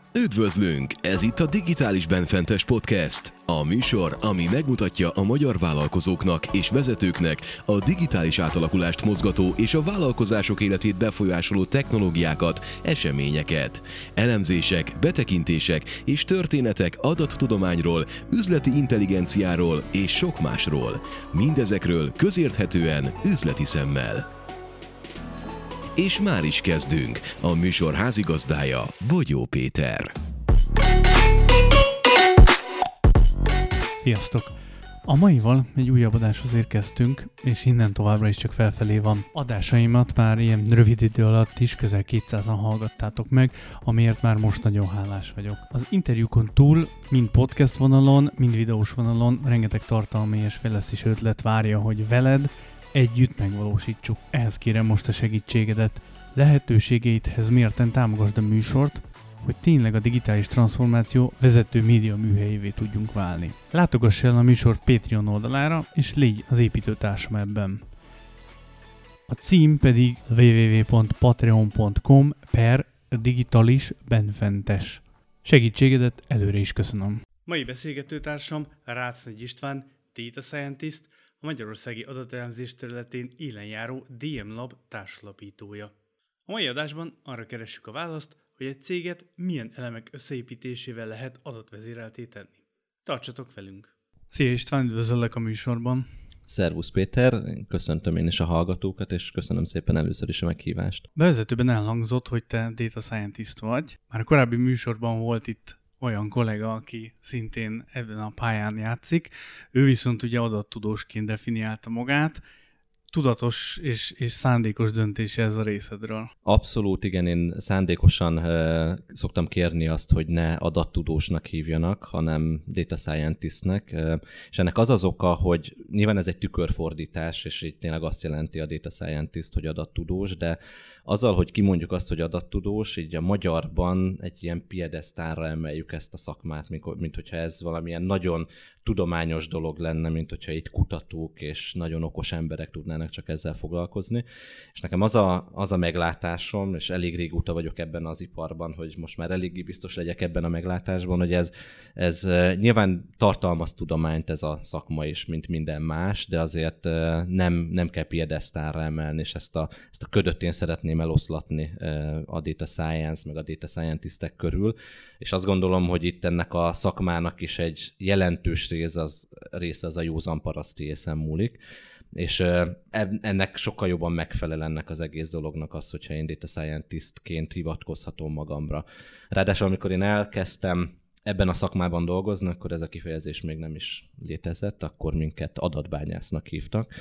Üdvözlünk! Ez itt a Digitális Benfentes Podcast. A műsor, ami megmutatja a magyar vállalkozóknak és vezetőknek a digitális átalakulást mozgató és a vállalkozások életét befolyásoló technológiákat, eseményeket. Elemzések, betekintések és történetek adattudományról, üzleti intelligenciáról és sok másról. Mindezekről közérthetően, üzleti szemmel. És már is kezdünk. A műsor házigazdája Bogyó Péter. Sziasztok! A maival egy újabb adáshoz érkeztünk, és innen továbbra is csak felfelé van. Adásaimat már ilyen rövid idő alatt is közel 200-an hallgattátok meg, amiért már most nagyon hálás vagyok. Az interjúkon túl, mind podcast vonalon, mind videós vonalon rengeteg tartalmi és fejlesztési ötlet várja, hogy veled együtt megvalósítsuk. Ehhez kérem most a segítségedet. Lehetőségeidhez mérten támogasd a műsort, hogy tényleg a digitális transformáció vezető média műhelyévé tudjunk válni. Látogass el a műsor Patreon oldalára, és légy az építőtársam ebben. A cím pedig www.patreon.com/digitalisbenfentes. Segítségedet előre is köszönöm. Mai beszélgetőtársam Rácz Nagy István, Data Scientist, a magyarországi adatelemzés területén élenjáró DM Lab társalapítója. A mai adásban arra keressük a választ, hogy egy céget milyen elemek összeépítésével lehet adatvezéreltté tenni. Tartsatok velünk! Szia István, üdvözöllek a műsorban! Szervusz Péter, köszöntöm én is a hallgatókat, és köszönöm szépen először is a meghívást. Bevezetőben elhangzott, hogy te Data Scientist vagy. Már a korábbi műsorban volt itt olyan kollega, aki szintén ebben a pályán játszik. Ő viszont ugye adattudósként definiálta magát. Tudatos és szándékos döntés ez a részedről. Abszolút, igen, én szándékosan szoktam kérni azt, hogy ne adattudósnak hívjanak, hanem data scientistnek, és ennek az oka, hogy nyilván ez egy tükörfordítás, és így tényleg azt jelenti a data scientist, hogy adattudós, de azzal, hogy kimondjuk azt, hogy adattudós, így a magyarban egy ilyen piedesztálra emeljük ezt a szakmát, mint hogyha ez valamilyen nagyon tudományos dolog lenne, mint hogyha itt kutatók és nagyon okos emberek tudnának csak ezzel foglalkozni. És nekem az a meglátásom, és elég régóta vagyok ebben az iparban, hogy most már eléggé biztos legyek ebben a meglátásban, hogy ez nyilván tartalmaz tudományt ez a szakma is, mint minden más, de azért nem kell piedesztálra emelni, és ezt a ködöt én szeretném eloszlatni a data science, meg a data scientistek körül, és azt gondolom, hogy itt ennek a szakmának is egy jelentős része az a józan paraszti észen múlik, és ennek sokkal jobban megfelel ennek az egész dolognak az, hogyha én data scientistként hivatkozhatom magamra. Ráadásul amikor én elkezdtem ebben a szakmában dolgozni, akkor ez a kifejezés még nem is létezett, akkor minket adatbányásznak hívtak,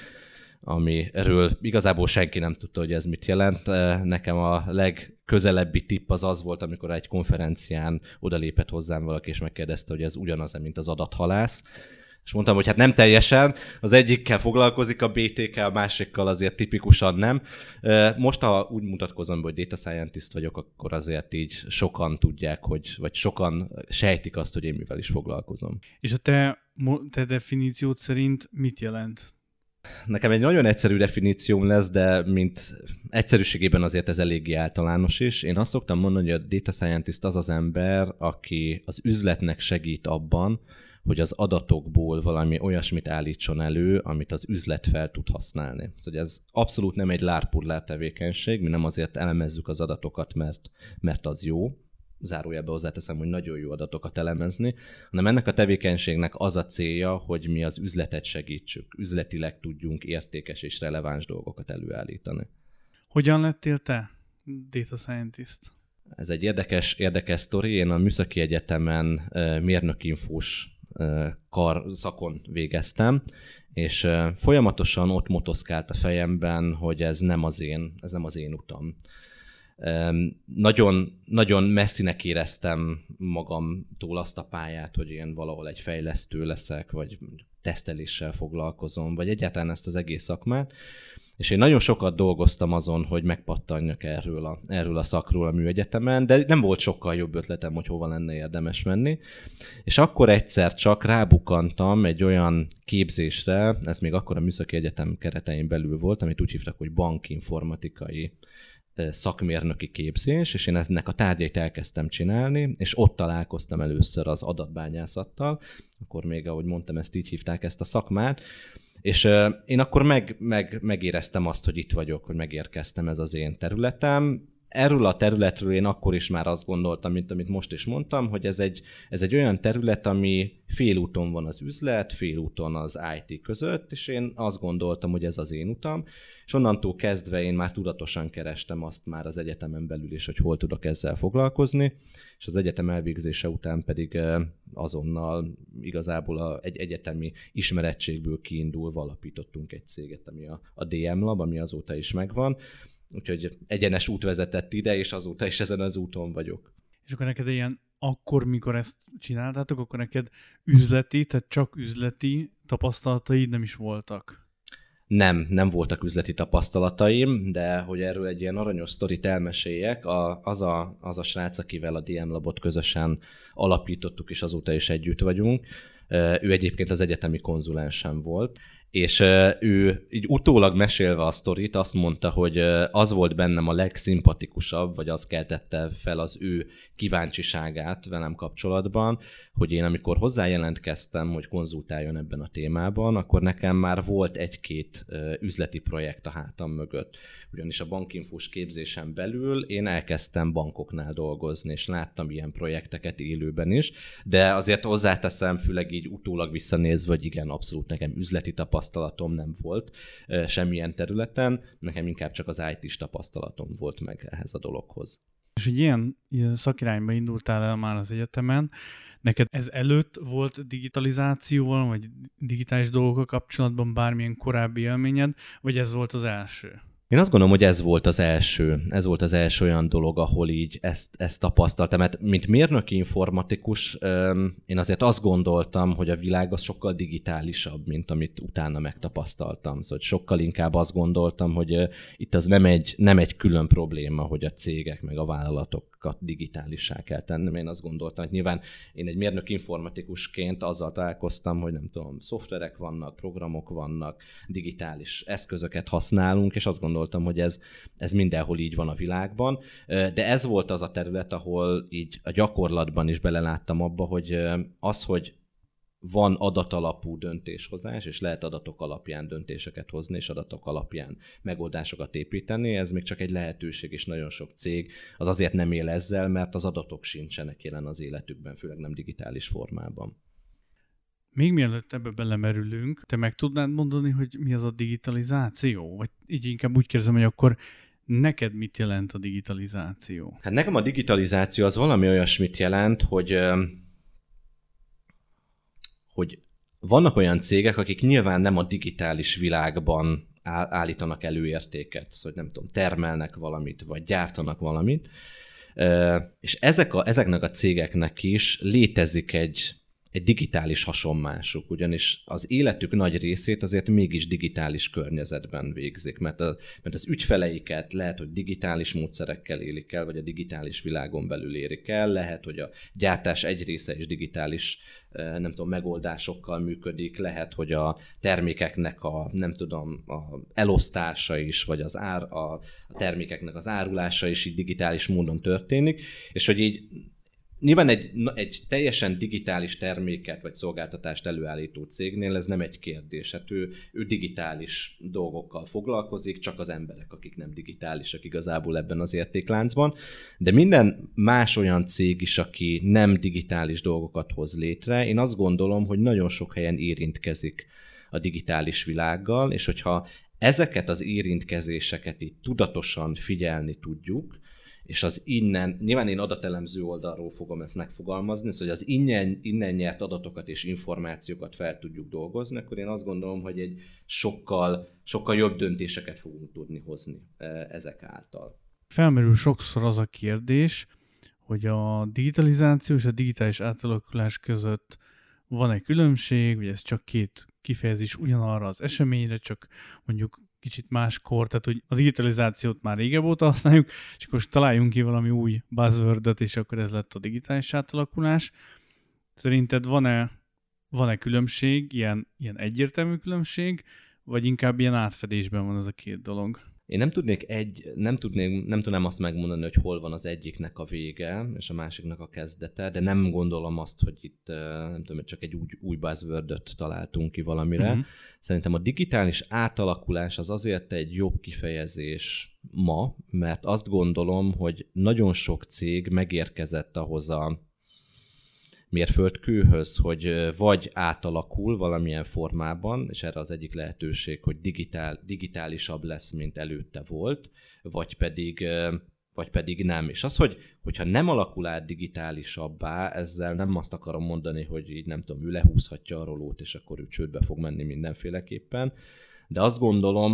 amiről igazából senki nem tudta, hogy ez mit jelent. Nekem a legközelebbi tipp az volt, amikor egy konferencián odalépett hozzám valaki, és megkérdezte, hogy ez ugyanaz, mint az adathalász. És mondtam, hogy hát nem teljesen, az egyikkel foglalkozik a BTK, a másikkal azért tipikusan nem. Most, ha úgy mutatkozom, hogy data scientist vagyok, akkor azért így sokan tudják, vagy sokan sejtik azt, hogy én mivel is foglalkozom. És a te definíciód szerint mit jelent? Nekem egy nagyon egyszerű definícióm lesz, de mint egyszerűségében azért ez eléggé általános is. Én azt szoktam mondani, hogy a data scientist az az ember, aki az üzletnek segít abban, hogy az adatokból valami olyasmit állítson elő, amit az üzlet fel tud használni. Szóval ez abszolút nem egy lárpurlár tevékenység, mi nem azért elemezzük az adatokat, mert az jó, zárójelbe hozzáteszem, hogy nagyon jó adatokat elemezni, hanem ennek a tevékenységnek az a célja, hogy mi az üzletet segítsük, üzletileg tudjunk értékes és releváns dolgokat előállítani. Hogyan lettél te data scientist? Ez egy érdekes sztori. Én a Műszaki Egyetemen mérnökinfós szakon végeztem, és folyamatosan ott motoszkált a fejemben, hogy ez nem az én utam. Nagyon, nagyon messzinek éreztem magamtól azt a pályát, hogy én valahol egy fejlesztő leszek, vagy teszteléssel foglalkozom, vagy egyáltalán ezt az egész szakmát. És én nagyon sokat dolgoztam azon, hogy megpattanjak erről a szakról a műegyetemen, de nem volt sokkal jobb ötletem, hogy hova lenne érdemes menni. És akkor egyszer csak rábukkantam egy olyan képzésre, ez még akkor a Műszaki Egyetem keretein belül volt, amit úgy hívtak, hogy bankinformatikai szakmérnöki képzés, és én ennek a tárgyait elkezdtem csinálni, és ott találkoztam először az adatbányászattal, akkor még, ahogy mondtam, ezt így hívták ezt a szakmát, és én akkor megéreztem azt, hogy itt vagyok, hogy megérkeztem, ez az én területem. Erről a területről én akkor is már azt gondoltam, mint amit most is mondtam, hogy ez egy olyan terület, ami félúton van az üzlet, félúton az IT között, és én azt gondoltam, hogy ez az én utam, és onnantól kezdve én már tudatosan kerestem azt már az egyetemen belül is, hogy hol tudok ezzel foglalkozni, és az egyetem elvégzése után pedig azonnal igazából egy egyetemi ismerettségből kiindulva alapítottunk egy céget, ami a DM Lab, ami azóta is megvan. Úgyhogy egyenes út vezetett ide, és azóta is ezen az úton vagyok. És akkor neked ilyen, akkor, mikor ezt csináltátok, akkor neked üzleti, tehát csak üzleti tapasztalataid nem is voltak? Nem voltak üzleti tapasztalataim, de hogy erről egy ilyen aranyos sztorit elmeséljek, az a srác, akivel a DM Labot közösen alapítottuk, és azóta is együtt vagyunk, ő egyébként az egyetemi konzulensem volt, és ő így utólag mesélve a sztorit azt mondta, hogy az volt bennem a legszimpatikusabb, vagy az keltette fel az ő kíváncsiságát velem kapcsolatban, hogy én amikor hozzájelentkeztem, hogy konzultáljon ebben a témában, akkor nekem már volt egy-két üzleti projekt a hátam mögött. Ugyanis a bankinfós képzésen belül én elkezdtem bankoknál dolgozni, és láttam ilyen projekteket élőben is, de azért hozzáteszem, főleg így utólag visszanézve, hogy igen, abszolút nekem üzleti tapasztalatom nem volt semmilyen területen, nekem inkább csak az IT-s tapasztalatom volt meg ehhez a dologhoz. És hogy ilyen szakirányba indultál el már az egyetemen, neked ez előtt volt digitalizációval, vagy digitális dolgokkal kapcsolatban bármilyen korábbi élményed, vagy ez volt az első? Én azt gondolom, hogy ez volt az első olyan dolog, ahol így ezt tapasztaltam. Mert mint mérnöki informatikus, én azért azt gondoltam, hogy a világ az sokkal digitálisabb, mint amit utána megtapasztaltam. Szóval sokkal inkább azt gondoltam, hogy itt az nem egy külön probléma, hogy a cégek meg a vállalatokat digitálissá kell tenni. Én azt gondoltam, hogy nyilván én egy mérnök informatikusként azzal találkoztam, hogy nem tudom, szoftverek vannak, programok vannak, digitális eszközöket használunk, és azt gondoltam, hogy ez mindenhol így van a világban, de ez volt az a terület, ahol így a gyakorlatban is beleláttam abba, hogy hogy van adatalapú döntéshozás, és lehet adatok alapján döntéseket hozni, és adatok alapján megoldásokat építeni, ez még csak egy lehetőség, és nagyon sok cég az azért nem él ezzel, mert az adatok sincsenek jelen az életükben, főleg nem digitális formában. Még mielőtt ebbe belemerülünk, te meg tudnád mondani, hogy mi az a digitalizáció? Vagy így inkább úgy kérdezem, hogy akkor neked mit jelent a digitalizáció? Hát nekem a digitalizáció az valami olyasmit jelent, hogy vannak olyan cégek, akik nyilván nem a digitális világban állítanak elő értéket, szóval nem tudom, termelnek valamit, vagy gyártanak valamit, és ezeknek a cégeknek is létezik egy digitális hasonmásuk, ugyanis az életük nagy részét azért mégis digitális környezetben végzik, mert az ügyfeleiket lehet, hogy digitális módszerekkel élik el, vagy a digitális világon belül érik el, lehet, hogy a gyártás egy része is digitális, nem tudom, megoldásokkal működik, lehet, hogy a termékeknek a elosztása is, vagy a termékeknek az árulása is így digitális módon történik, és hogy így nyilván egy teljesen digitális terméket vagy szolgáltatást előállító cégnél ez nem egy kérdés. Hát ő digitális dolgokkal foglalkozik, csak az emberek, akik nem digitálisak igazából ebben az értékláncban. De minden más olyan cég is, aki nem digitális dolgokat hoz létre, én azt gondolom, hogy nagyon sok helyen érintkezik a digitális világgal, és hogyha ezeket az érintkezéseket így tudatosan figyelni tudjuk, és az innen, nyilván én adatelemző oldalról fogom ezt megfogalmazni, szóval hogy az innen nyert adatokat és információkat fel tudjuk dolgozni, akkor én azt gondolom, hogy egy sokkal jobb döntéseket fogunk tudni hozni ezek által. Felmerül sokszor az a kérdés, hogy a digitalizáció és a digitális átalakulás között van-e különbség, vagy ez csak két kifejezés ugyanarra az eseményre, csak mondjuk kicsit máskor, tehát hogy a digitalizációt már régebb óta használjuk, és akkor most találjunk ki valami új buzzword-et, és akkor ez lett a digitális átalakulás. Szerinted van-e különbség, ilyen egyértelmű különbség, vagy inkább ilyen átfedésben van ez a két dolog? Én nem tudnám azt megmondani, hogy hol van az egyiknek a vége, és a másiknak a kezdete, de nem gondolom azt, hogy itt nem tudom, csak egy új buzzword-öt találtunk ki valamire. Szerintem a digitális átalakulás az azért egy jobb kifejezés ma, mert azt gondolom, hogy nagyon sok cég megérkezett ahhoz a mérföldkőhöz, hogy vagy átalakul valamilyen formában, és erre az egyik lehetőség, hogy digitálisabb lesz, mint előtte volt, vagy pedig nem. És az, hogyha nem alakul át digitálisabbá, ezzel nem azt akarom mondani, hogy így nem tudom, ő lehúzhatja a rolót, és akkor ő csődbe fog menni mindenféleképpen, de azt gondolom,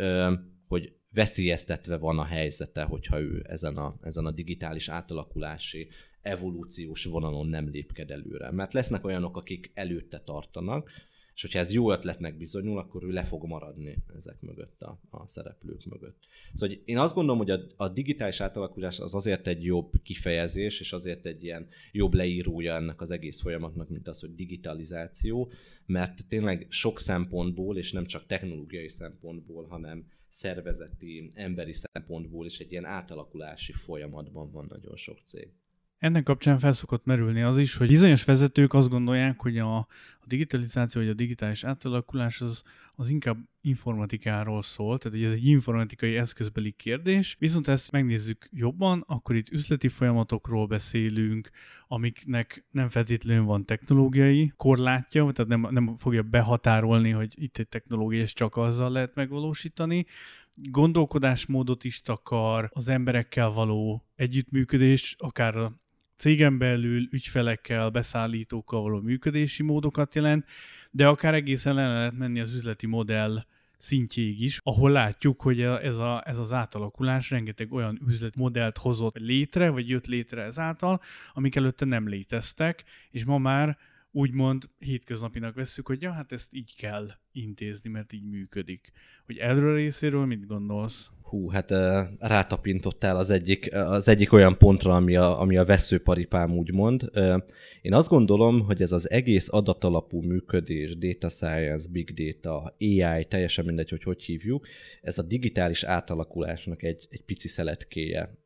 hogy veszélyeztetve van a helyzete, hogyha ő ezen a digitális átalakulási evolúciós vonalon nem lépked előre. Mert lesznek olyanok, akik előtte tartanak, és hogyha ez jó ötletnek bizonyul, akkor ő le fog maradni ezek mögött, a szereplők mögött. Szóval én azt gondolom, hogy a digitális átalakulás az azért egy jobb kifejezés, és azért egy ilyen jobb leírója ennek az egész folyamatnak, mint az, hogy digitalizáció, mert tényleg sok szempontból, és nem csak technológiai szempontból, hanem szervezeti, emberi szempontból is egy ilyen átalakulási folyamatban van nagyon sok cég. Ennek kapcsán felszokott merülni az is, hogy bizonyos vezetők azt gondolják, hogy a digitalizáció vagy a digitális átalakulás az inkább informatikáról szól, tehát hogy ez egy informatikai eszközbeli kérdés, viszont ezt megnézzük jobban, akkor itt üzleti folyamatokról beszélünk, amiknek nem feltétlenül van technológiai korlátja, tehát nem fogja behatárolni, hogy itt egy technológia, és csak azzal lehet megvalósítani. Gondolkodásmódot is takar, az emberekkel való együttműködés, akár a cégen belül, ügyfelekkel, beszállítókkal való működési módokat jelent, de akár egészen le lehet menni az üzleti modell szintjéig is, ahol látjuk, hogy ez az átalakulás rengeteg olyan üzleti modellt hozott létre, vagy jött létre ezáltal, amik előtte nem léteztek, és ma már úgymond hétköznapinak vesszük, hogy ja, hát ezt így kell intézni, mert így működik. Hogy erről részéről mit gondolsz? Hát rátapintottál az egyik olyan pontra, ami a vesszőparipám úgymond. Én azt gondolom, hogy ez az egész adatalapú működés, data science, big data, AI, teljesen mindegy, hogy hívjuk, ez a digitális átalakulásnak egy pici szeletkéje.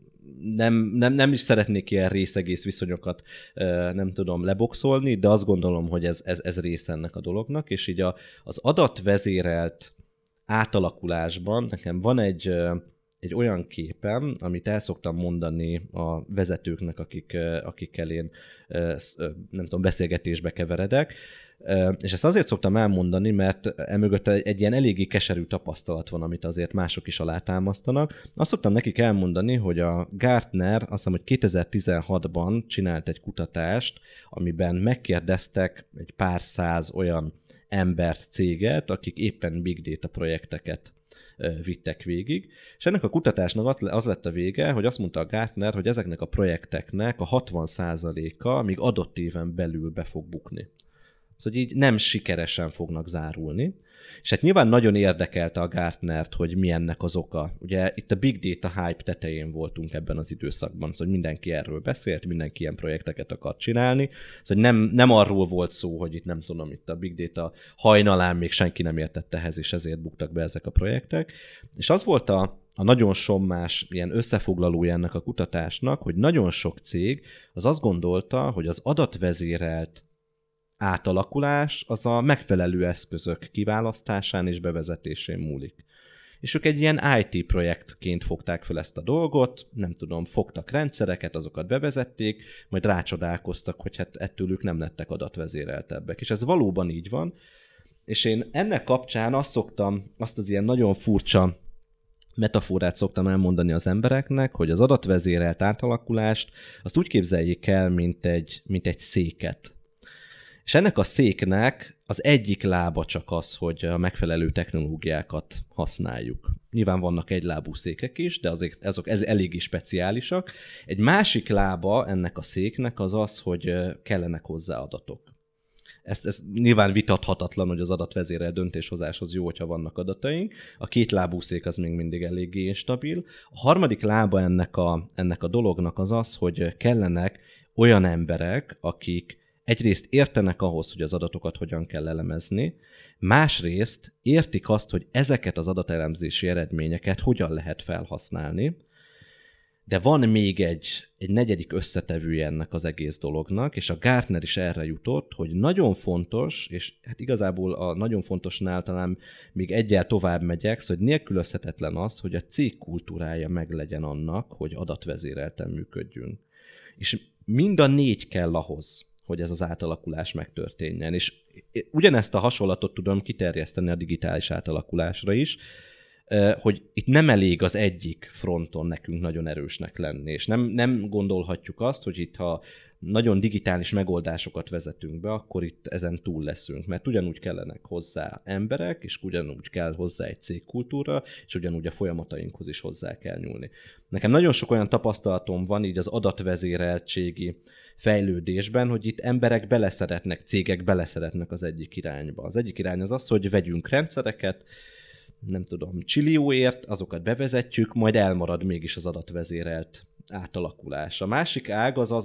Nem is szeretnék ilyen részegész viszonyokat nem tudom leboxolni, de azt gondolom, hogy ez része ennek a dolognak, és így az adatvezérelt átalakulásban nekem van egy olyan képem, amit el szoktam mondani a vezetőknek, akikkel én nem tudom, beszélgetésbe keveredek, és ezt azért szoktam elmondani, mert emögött egy ilyen eléggé keserű tapasztalat van, amit azért mások is alátámasztanak. Azt szoktam nekik elmondani, hogy a Gartner azt hiszem, hogy 2016-ban csinált egy kutatást, amiben megkérdeztek egy pár száz olyan embert, céget, akik éppen big data projekteket vittek végig, és ennek a kutatásnak az lett a vége, hogy azt mondta a Gartner, hogy ezeknek a projekteknek a 60%-a még adott éven belül be fog bukni. Szóval így nem sikeresen fognak zárulni. És hát nyilván nagyon érdekelte a Gartnert, hogy mi ennek az oka. Ugye itt a big data hype tetején voltunk ebben az időszakban, szóval mindenki erről beszélt, mindenki ilyen projekteket akart csinálni. Szóval nem arról volt szó, hogy itt nem tudom, itt a big data hajnalán még senki nem értett ehhez, és ezért buktak be ezek a projektek. És az volt a nagyon sommás ilyen összefoglalója ennek a kutatásnak, hogy nagyon sok cég az azt gondolta, hogy az adatvezérelt átalakulás az a megfelelő eszközök kiválasztásán és bevezetésén múlik. És ők egy ilyen IT projektként fogták fel ezt a dolgot, nem tudom, fogtak rendszereket, azokat bevezették, majd rácsodálkoztak, hogy hát ettől ők nem lettek adatvezéreltebbek. És ez valóban így van. És én ennek kapcsán azt az ilyen nagyon furcsa metaforát szoktam elmondani az embereknek, hogy az adatvezérelt átalakulást azt úgy képzeljék el, mint egy széket. És ennek a széknek az egyik lába csak az, hogy a megfelelő technológiákat használjuk. Nyilván vannak egylábú székek is, de azok eléggé speciálisak. Egy másik lába ennek a széknek az, hogy kellenek hozzá adatok. Ez nyilván vitathatatlan, hogy az adatvezérelt döntéshozáshoz jó, hogyha vannak adataink. A kétlábú szék az még mindig eléggé instabil. A harmadik lába ennek a dolognak az, hogy kellenek olyan emberek, akik egyrészt értenek ahhoz, hogy az adatokat hogyan kell elemezni, másrészt értik azt, hogy ezeket az adatelemzési eredményeket hogyan lehet felhasználni, de van még egy negyedik összetevője ennek az egész dolognak, és a Gartner is erre jutott, hogy nagyon fontos, és hát igazából a nagyon fontosnál talán még egyel tovább megyek, szóval nélkülözhetetlen az, hogy a cég kultúrája meglegyen annak, hogy adatvezérelten működjünk. És mind a 4 kell ahhoz, hogy ez az átalakulás megtörténjen. És ugyanezt a hasonlatot tudom kiterjeszteni a digitális átalakulásra is, hogy itt nem elég az egyik fronton nekünk nagyon erősnek lenni, és nem gondolhatjuk azt, hogy itt ha nagyon digitális megoldásokat vezetünk be, akkor itt ezen túl leszünk, mert ugyanúgy kellenek hozzá emberek, és ugyanúgy kell hozzá egy cégkultúra, és ugyanúgy a folyamatainkhoz is hozzá kell nyúlni. Nekem nagyon sok olyan tapasztalatom van így az adatvezéreltségi fejlődésben, hogy itt emberek beleszeretnek, cégek beleszeretnek az egyik irányba. Az egyik irány az, hogy vegyünk rendszereket, nem tudom, csillióért, azokat bevezetjük, majd elmarad mégis az adatvezérelt átalakulás. A másik ág az,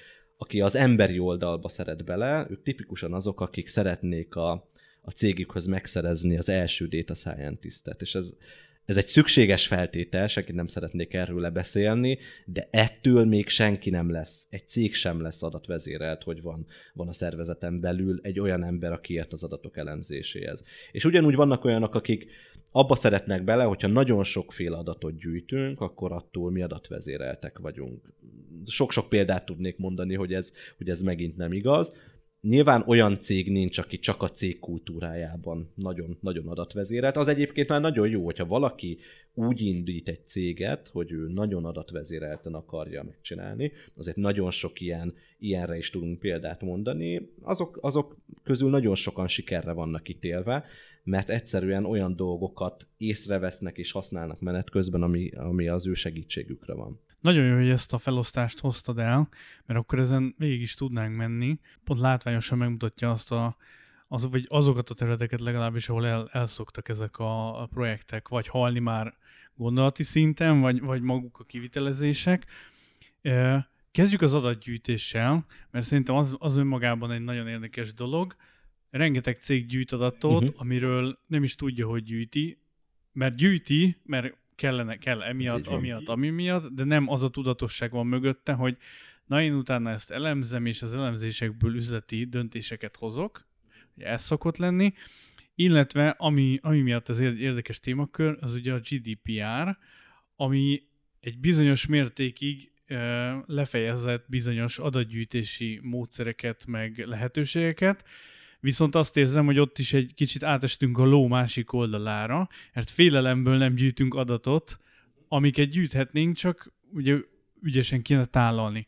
aki az emberi oldalba szeret bele, ők tipikusan azok, akik szeretnék a cégükhöz megszerezni az első data scientistet, és ez egy szükséges feltétel, senki nem szeretnék erről lebeszélni, de ettől még senki nem lesz, egy cég sem lesz adatvezérelt, hogy van a szervezeten belül egy olyan ember, aki ért az adatok elemzéséhez. És ugyanúgy vannak olyanok, akik abba szeretnek bele, hogyha nagyon sokféle adatot gyűjtünk, akkor attól mi adatvezéreltek vagyunk. Sok-sok példát tudnék mondani, hogy ez megint nem igaz. Nyilván olyan cég nincs, aki csak a cég kultúrájában nagyon, nagyon adatvezérelt. Az egyébként már nagyon jó, hogyha valaki úgy indít egy céget, hogy ő nagyon adatvezérelten akarja megcsinálni. Azért nagyon sok ilyenre is tudunk példát mondani. Azok közül nagyon sokan sikerre vannak ítélve, mert egyszerűen olyan dolgokat észrevesznek és használnak menet közben, ami az ő segítségükre van. Nagyon jó, hogy ezt a felosztást hoztad el, mert akkor ezen végig is tudnánk menni. Pont látványosan megmutatja vagy azokat a területeket legalábbis, ahol elszoktak ezek a projektek, vagy halni már gondolati szinten, vagy maguk a kivitelezések. Kezdjük az adatgyűjtéssel, mert szerintem az önmagában egy nagyon érdekes dolog. Rengeteg cég gyűjt adatot, amiről nem is tudja, hogy gyűjti, mert kell emiatt, ami miatt, de nem az a tudatosság van mögötte, hogy na én utána ezt elemzem, és az elemzésekből üzleti döntéseket hozok, ez szokott lenni, illetve ami miatt az érdekes témakör, az ugye a GDPR, ami egy bizonyos mértékig lefejezett bizonyos adatgyűjtési módszereket, meg lehetőségeket, viszont azt érzem, hogy ott is egy kicsit átestünk a ló másik oldalára, mert félelemből nem gyűjtünk adatot, amiket gyűjthetnénk, csak ugye ügyesen kéne tálalni.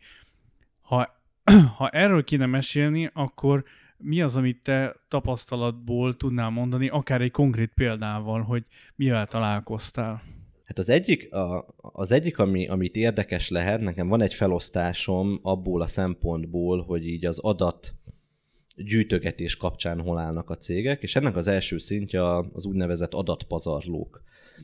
Ha erről kéne mesélni, akkor mi az, amit te tapasztalatból tudnál mondani, akár egy konkrét példával, hogy mivel találkoztál? Hát az egyik amit érdekes lehet, nekem van egy felosztásom abból a szempontból, hogy így az adat gyűjtögetés kapcsán hol állnak a cégek, és ennek az első szintje az úgynevezett adatpazarlók.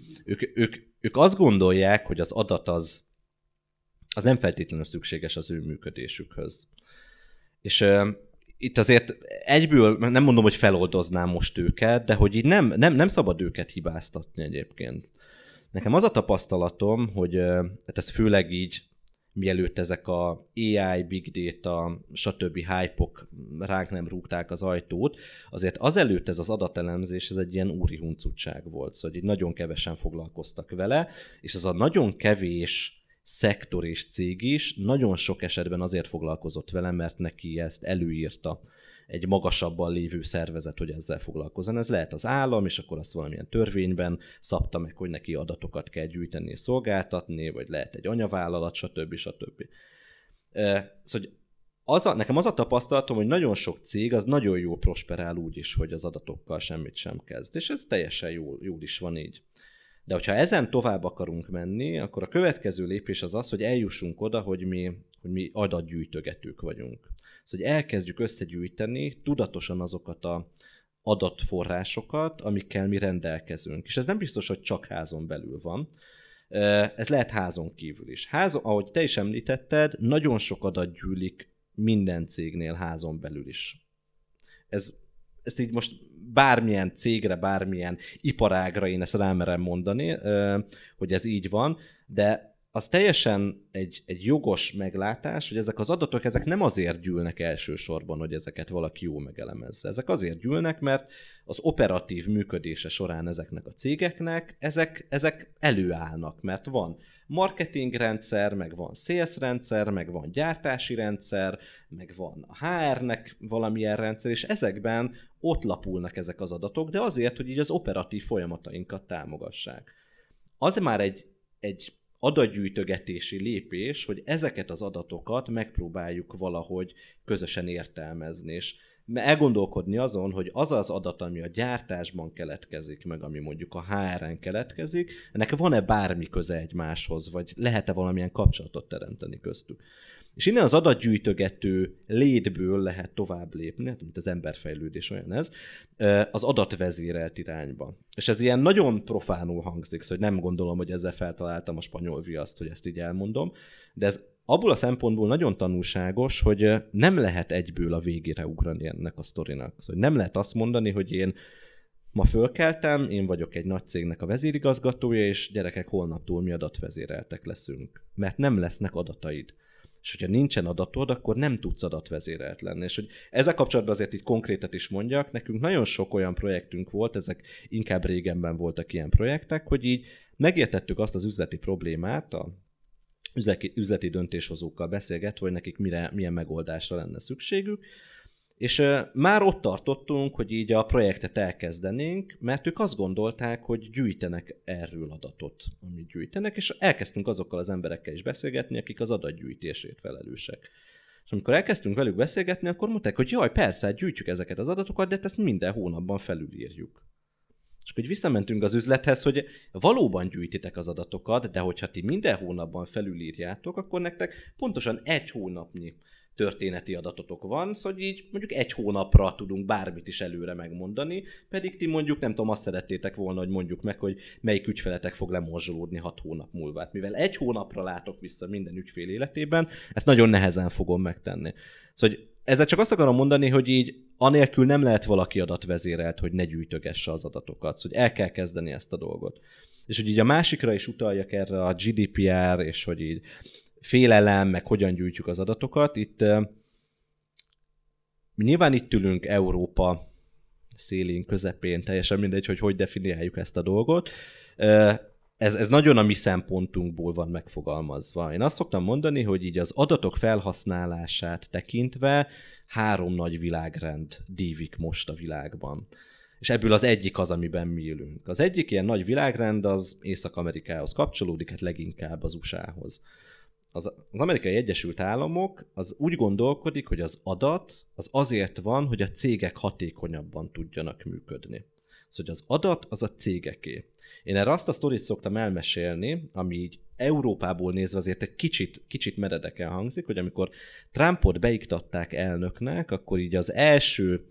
Ők azt gondolják, hogy az adat az nem feltétlenül szükséges az ő működésükhöz. És itt azért egyből, nem mondom, hogy feloldoznám most őket, de hogy így nem szabad őket hibáztatni egyébként. Nekem az a tapasztalatom, hogy hát ez főleg így, mielőtt ezek a AI, Big Data, stb. Hype-ok ránk nem rúgták az ajtót, azért azelőtt ez az adatelemzés, ez egy ilyen úri huncutság volt, szóval így nagyon kevesen foglalkoztak vele, és az a nagyon kevés szektor és cég is nagyon sok esetben azért foglalkozott vele, mert neki ezt előírta egy magasabban lévő szervezet, hogy ezzel foglalkozzon. Ez lehet az állam, és akkor azt valamilyen törvényben szabta meg, hogy neki adatokat kell gyűjteni és szolgáltatni, vagy lehet egy anyavállalat, stb. Szóval nekem az a tapasztalatom, hogy nagyon sok cég az nagyon jól prosperál úgy is, hogy az adatokkal semmit sem kezd, és ez teljesen jól is van így. De hogyha ezen tovább akarunk menni, akkor a következő lépés az, hogy eljussunk oda, hogy mi adatgyűjtögetők vagyunk. Szóval, hogy elkezdjük összegyűjteni tudatosan azokat az adatforrásokat, amikkel mi rendelkezünk. És ez nem biztos, hogy csak házon belül van. Ez lehet házon kívül is. Ahogy te is említetted, nagyon sok adat gyűlik minden cégnél házon belül is. Ezt így most bármilyen cégre, bármilyen iparágra én ezt rámerem mondani, hogy ez így van, de az teljesen egy jogos meglátás, hogy ezek az adatok ezek nem azért gyűlnek elsősorban, hogy ezeket valaki jól megelemezze. Ezek azért gyűlnek, mert az operatív működése során ezeknek a cégeknek ezek előállnak, mert van marketingrendszer, meg van sales rendszer, meg van gyártási rendszer, meg van a HR-nek valamilyen rendszer, és ezekben ott lapulnak ezek az adatok, de azért, hogy így az operatív folyamatainkat támogassák. Az már egy adatgyűjtögetési lépés, hogy ezeket az adatokat megpróbáljuk valahogy közösen értelmezni, és elgondolkodni azon, hogy az az adat, ami a gyártásban keletkezik, meg ami mondjuk a HR-en keletkezik, ennek van-e bármi köze egymáshoz, vagy lehet-e valamilyen kapcsolatot teremteni köztük. És innen az adatgyűjtögető létből lehet tovább lépni, mint az emberfejlődés olyan ez, az adatvezérelt irányba. És ez ilyen nagyon profánul hangzik, szóval nem gondolom, hogy ezzel feltaláltam a spanyol viaszt, hogy ezt így elmondom, de ez abból a szempontból nagyon tanulságos, hogy nem lehet egyből a végére ugrani ennek a sztorinak. Szóval nem lehet azt mondani, hogy én ma fölkeltem, én vagyok egy nagy cégnek a vezérigazgatója, és gyerekek, holnaptól mi adatvezéreltek leszünk. Mert nem lesznek adataid. És hogyha nincsen adatod, akkor nem tudsz adatvezérelt lenni. És hogy ezzel kapcsolatban azért így konkrétat is mondjak, nekünk nagyon sok olyan projektünk volt, ezek inkább régenben voltak ilyen projektek, hogy így megértettük azt az üzleti problémát, a üzleti döntéshozókkal beszélgetve, hogy nekik milyen megoldásra lenne szükségük, és már ott tartottunk, hogy így a projektet elkezdenénk, mert ők azt gondolták, hogy gyűjtenek erről adatot, amit gyűjtenek, és elkezdtünk azokkal az emberekkel is beszélgetni, akik az adatgyűjtésért felelősek. És amikor elkezdtünk velük beszélgetni, akkor mondták, hogy jaj, persze, hát gyűjtjük ezeket az adatokat, de ezt minden hónapban felülírjuk. És akkor visszamentünk az üzlethez, hogy valóban gyűjtitek az adatokat, de hogyha ti minden hónapban felülírjátok, akkor nektek pontosan egy hónapnyi történeti adatotok van, szóval így mondjuk egy hónapra tudunk bármit is előre megmondani, pedig ti mondjuk nem tudom, azt szerettétek volna, hogy mondjuk meg, hogy melyik ügyfeletek fog lemorzsolódni 6 hónap múlva. Hát mivel egy hónapra látok vissza minden ügyfél életében, ezt nagyon nehezen fogom megtenni. Szóval ezzel csak azt akarom mondani, hogy így anélkül nem lehet valaki adatvezérelt, hogy ne gyűjtögesse az adatokat. Szóval el kell kezdeni ezt a dolgot. És hogy így a másikra is utaljak erre a GDPR, és hogy így félelem, meg hogyan gyűjtjük az adatokat. Nyilván itt ülünk Európa szélén, közepén, teljesen mindegy, hogy definiáljuk ezt a dolgot. Ez nagyon a mi szempontunkból van megfogalmazva. Én azt szoktam mondani, hogy így az adatok felhasználását tekintve 3 nagy világrend dívik most a világban. És ebből az egyik az, amiben mi ülünk. Az egyik ilyen nagy világrend az Észak-Amerikához kapcsolódik, hát leginkább az USA-hoz. Az Amerikai Egyesült Államok az úgy gondolkodik, hogy az adat az azért van, hogy a cégek hatékonyabban tudjanak működni. Szóval az adat az a cégeké. Én erre azt a sztorit szoktam elmesélni, ami így Európából nézve azért egy kicsit meredeken hangzik, hogy amikor Trumpot beiktatták elnöknek, akkor így az első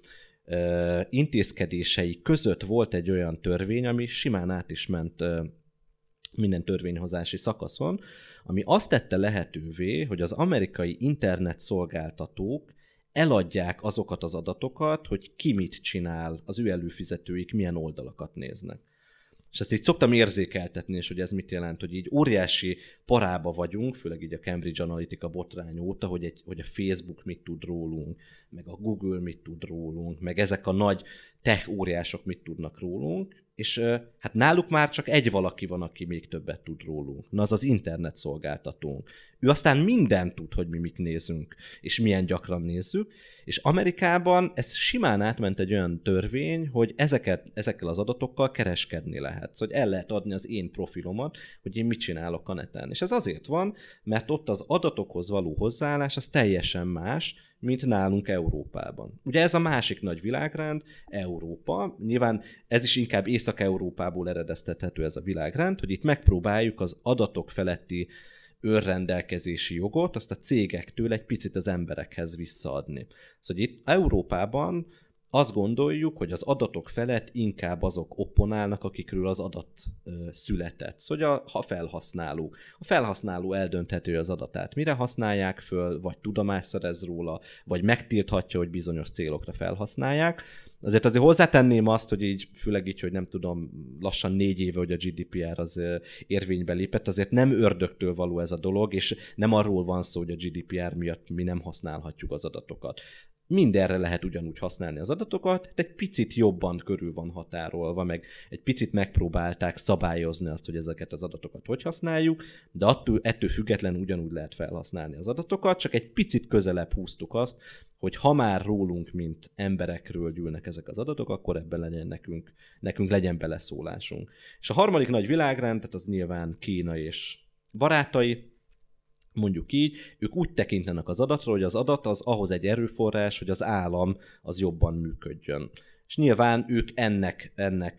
intézkedései között volt egy olyan törvény, ami simán át is ment minden törvényhozási szakaszon, ami azt tette lehetővé, hogy az amerikai internet szolgáltatók eladják azokat az adatokat, hogy ki mit csinál, az ő előfizetőik milyen oldalakat néznek. És ezt így szoktam érzékeltetni, és hogy ez mit jelent, hogy így óriási parába vagyunk, főleg így a Cambridge Analytica botrány óta, hogy a Facebook mit tud rólunk, meg a Google mit tud rólunk, meg ezek a nagy tech óriások mit tudnak rólunk, és hát náluk már csak egy valaki van, aki még többet tud rólunk. Na, az az internet szolgáltatónk. Ő aztán mindent tud, hogy mi mit nézünk, és milyen gyakran nézzük, és Amerikában ez simán átment egy olyan törvény, hogy ezekkel az adatokkal kereskedni lehet. Szóval el lehet adni az én profilomat, hogy én mit csinálok a neten. És ez azért van, mert ott az adatokhoz való hozzáállás az teljesen más, mint nálunk Európában. Ugye ez a másik nagy világrend, Európa. Nyilván ez is inkább Észak-Európából eredeztethető ez a világrend, hogy itt megpróbáljuk az adatok feletti önrendelkezési jogot, azt a cégektől egy picit az emberekhez visszaadni. Szóval itt Európában azt gondoljuk, hogy az adatok felett inkább azok opponálnak, akikről az adat született. Szóval a felhasználó eldöntheti az adatát, mire használják föl, vagy tudomást szerez róla, vagy megtilthatja, hogy bizonyos célokra felhasználják. Azért hozzátenném azt, hogy így, főleg így, hogy nem tudom, lassan 4 éve, hogy a GDPR az érvénybe lépett, azért nem ördögtől való ez a dolog, és nem arról van szó, hogy a GDPR miatt mi nem használhatjuk az adatokat. Mindenre lehet ugyanúgy használni az adatokat, de egy picit jobban körül van határolva, meg egy picit megpróbálták szabályozni azt, hogy ezeket az adatokat hogy használjuk, de ettől függetlenül ugyanúgy lehet felhasználni az adatokat, csak egy picit közelebb húztuk azt, hogy ha már rólunk, mint emberekről gyűlnek ezek az adatok, akkor ebben legyen nekünk legyen beleszólásunk. És a harmadik nagy világrend, tehát az nyilván Kína és barátai, mondjuk így, ők úgy tekintenek az adatra, hogy az adat az ahhoz egy erőforrás, hogy az állam az jobban működjön. És nyilván ők ennek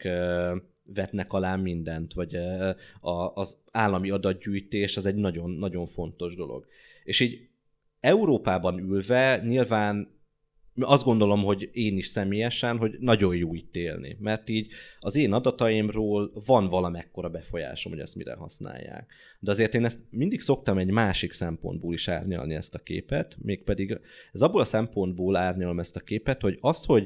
vetnek alá mindent, vagy az állami adatgyűjtés az egy nagyon, nagyon fontos dolog. És így Európában ülve nyilván azt gondolom, hogy én is személyesen, hogy nagyon jó itt élni, mert így az én adataimról van valamekkora befolyásom, hogy ezt mire használják. De azért én ezt mindig szoktam egy másik szempontból is árnyalni ezt a képet, mégpedig ez abból a szempontból árnyalom ezt a képet, hogy azt, hogy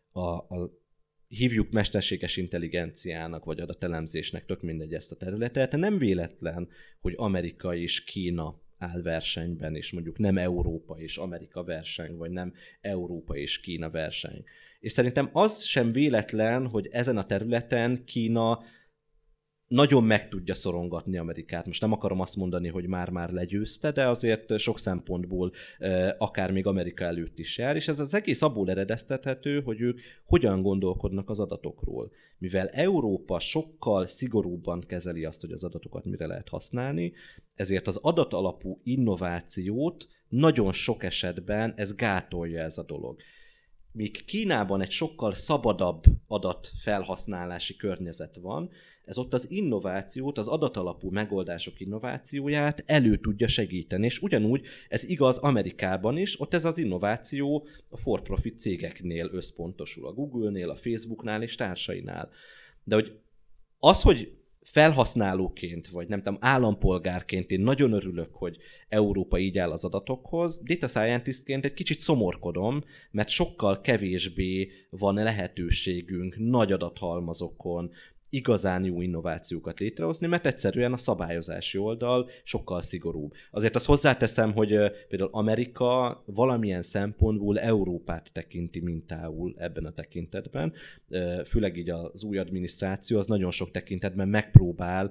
hívjuk mesterséges intelligenciának, vagy adatelemzésnek, tök mindegy ezt a területet, nem véletlen, hogy Amerika és Kína áll versenyben, és mondjuk nem Európa és Amerika verseny, vagy nem Európa és Kína verseny. És szerintem az sem véletlen, hogy ezen a területen Kína nagyon meg tudja szorongatni Amerikát. Most nem akarom azt mondani, hogy már legyőzte, de azért sok szempontból akár még Amerika előtt is jár, és ez az egész abból eredeztethető, hogy ők hogyan gondolkodnak az adatokról. Mivel Európa sokkal szigorúbban kezeli azt, hogy az adatokat mire lehet használni, ezért az adatalapú innovációt nagyon sok esetben ez gátolja ez a dolog. Míg Kínában egy sokkal szabadabb adatfelhasználási környezet van, ez ott az innovációt, az adatalapú megoldások innovációját elő tudja segíteni, és ugyanúgy ez igaz Amerikában is, ott ez az innováció a for-profit cégeknél összpontosul, a Google-nél, a Facebooknál és társainál. De hogy felhasználóként, vagy nem tudom, állampolgárként én nagyon örülök, hogy Európa így áll az adatokhoz. Data scientistként egy kicsit szomorkodom, mert sokkal kevésbé van lehetőségünk nagy adathalmazokon igazán jó innovációkat létrehozni, mert egyszerűen a szabályozási oldal sokkal szigorúbb. Azért azt hozzáteszem, hogy például Amerika valamilyen szempontból Európát tekinti mintául ebben a tekintetben. Főleg így az új adminisztráció az nagyon sok tekintetben megpróbál,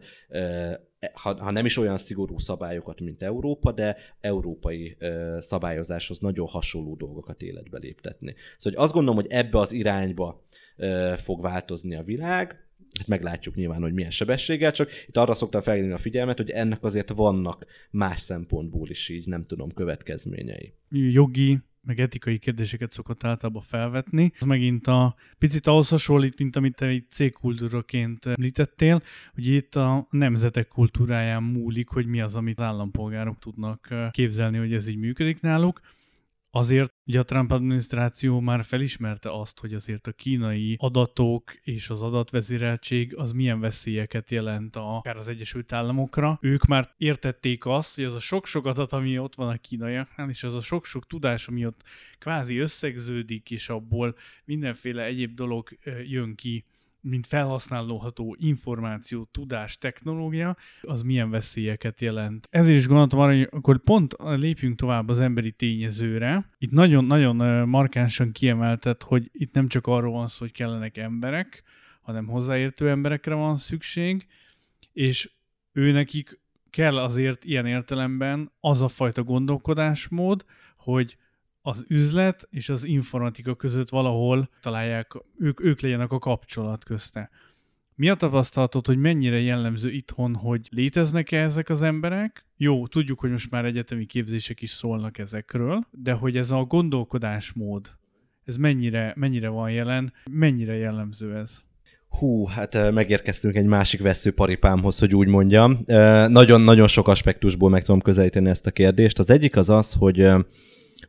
ha nem is olyan szigorú szabályokat, mint Európa, de európai szabályozáshoz nagyon hasonló dolgokat életbe léptetni. Szóval azt gondolom, hogy ebbe az irányba fog változni a világ. Hát meglátjuk nyilván, hogy milyen sebességgel, csak itt arra szoktam felhívni a figyelmet, hogy ennek azért vannak más szempontból is így, nem tudom, következményei. Jogi, meg etikai kérdéseket szokott általában felvetni. Ez megint picit ahhoz hasonlít, mint amit te egy cégkultúraként említettél, hogy itt a nemzetek kultúráján múlik, hogy mi az, amit állampolgárok tudnak képzelni, hogy ez így működik náluk. Azért ugye a Trump adminisztráció már felismerte azt, hogy azért a kínai adatok és az adatvezéreltség az milyen veszélyeket jelent akár az Egyesült Államokra. Ők már értették azt, hogy az a sok-sok adat, ami ott van a kínaiaknál, és az a sok-sok tudás, ami ott kvázi összegződik, és abból mindenféle egyéb dolog jön ki, mint felhasználható információ, tudás, technológia, az milyen veszélyeket jelent. Ezért is gondoltam arra, hogy akkor pont lépjünk tovább az emberi tényezőre. Itt nagyon-nagyon markánsan kiemeltet, hogy itt nem csak arról van szó, hogy kellenek emberek, hanem hozzáértő emberekre van szükség, és őnekik kell azért ilyen értelemben az a fajta gondolkodásmód, hogy az üzlet és az informatika között valahol találják, ők legyenek a kapcsolat közte. Mi a tapasztalatod, hogy mennyire jellemző itthon, hogy léteznek-e ezek az emberek? Jó, tudjuk, hogy most már egyetemi képzések is szólnak ezekről, de hogy ez a gondolkodásmód, ez mennyire van jelen, mennyire jellemző ez? Hát megérkeztünk egy másik vesszőparipámhoz, hogy úgy mondjam. Nagyon-nagyon sok aspektusból meg tudom közelíteni ezt a kérdést. Az egyik az az, hogy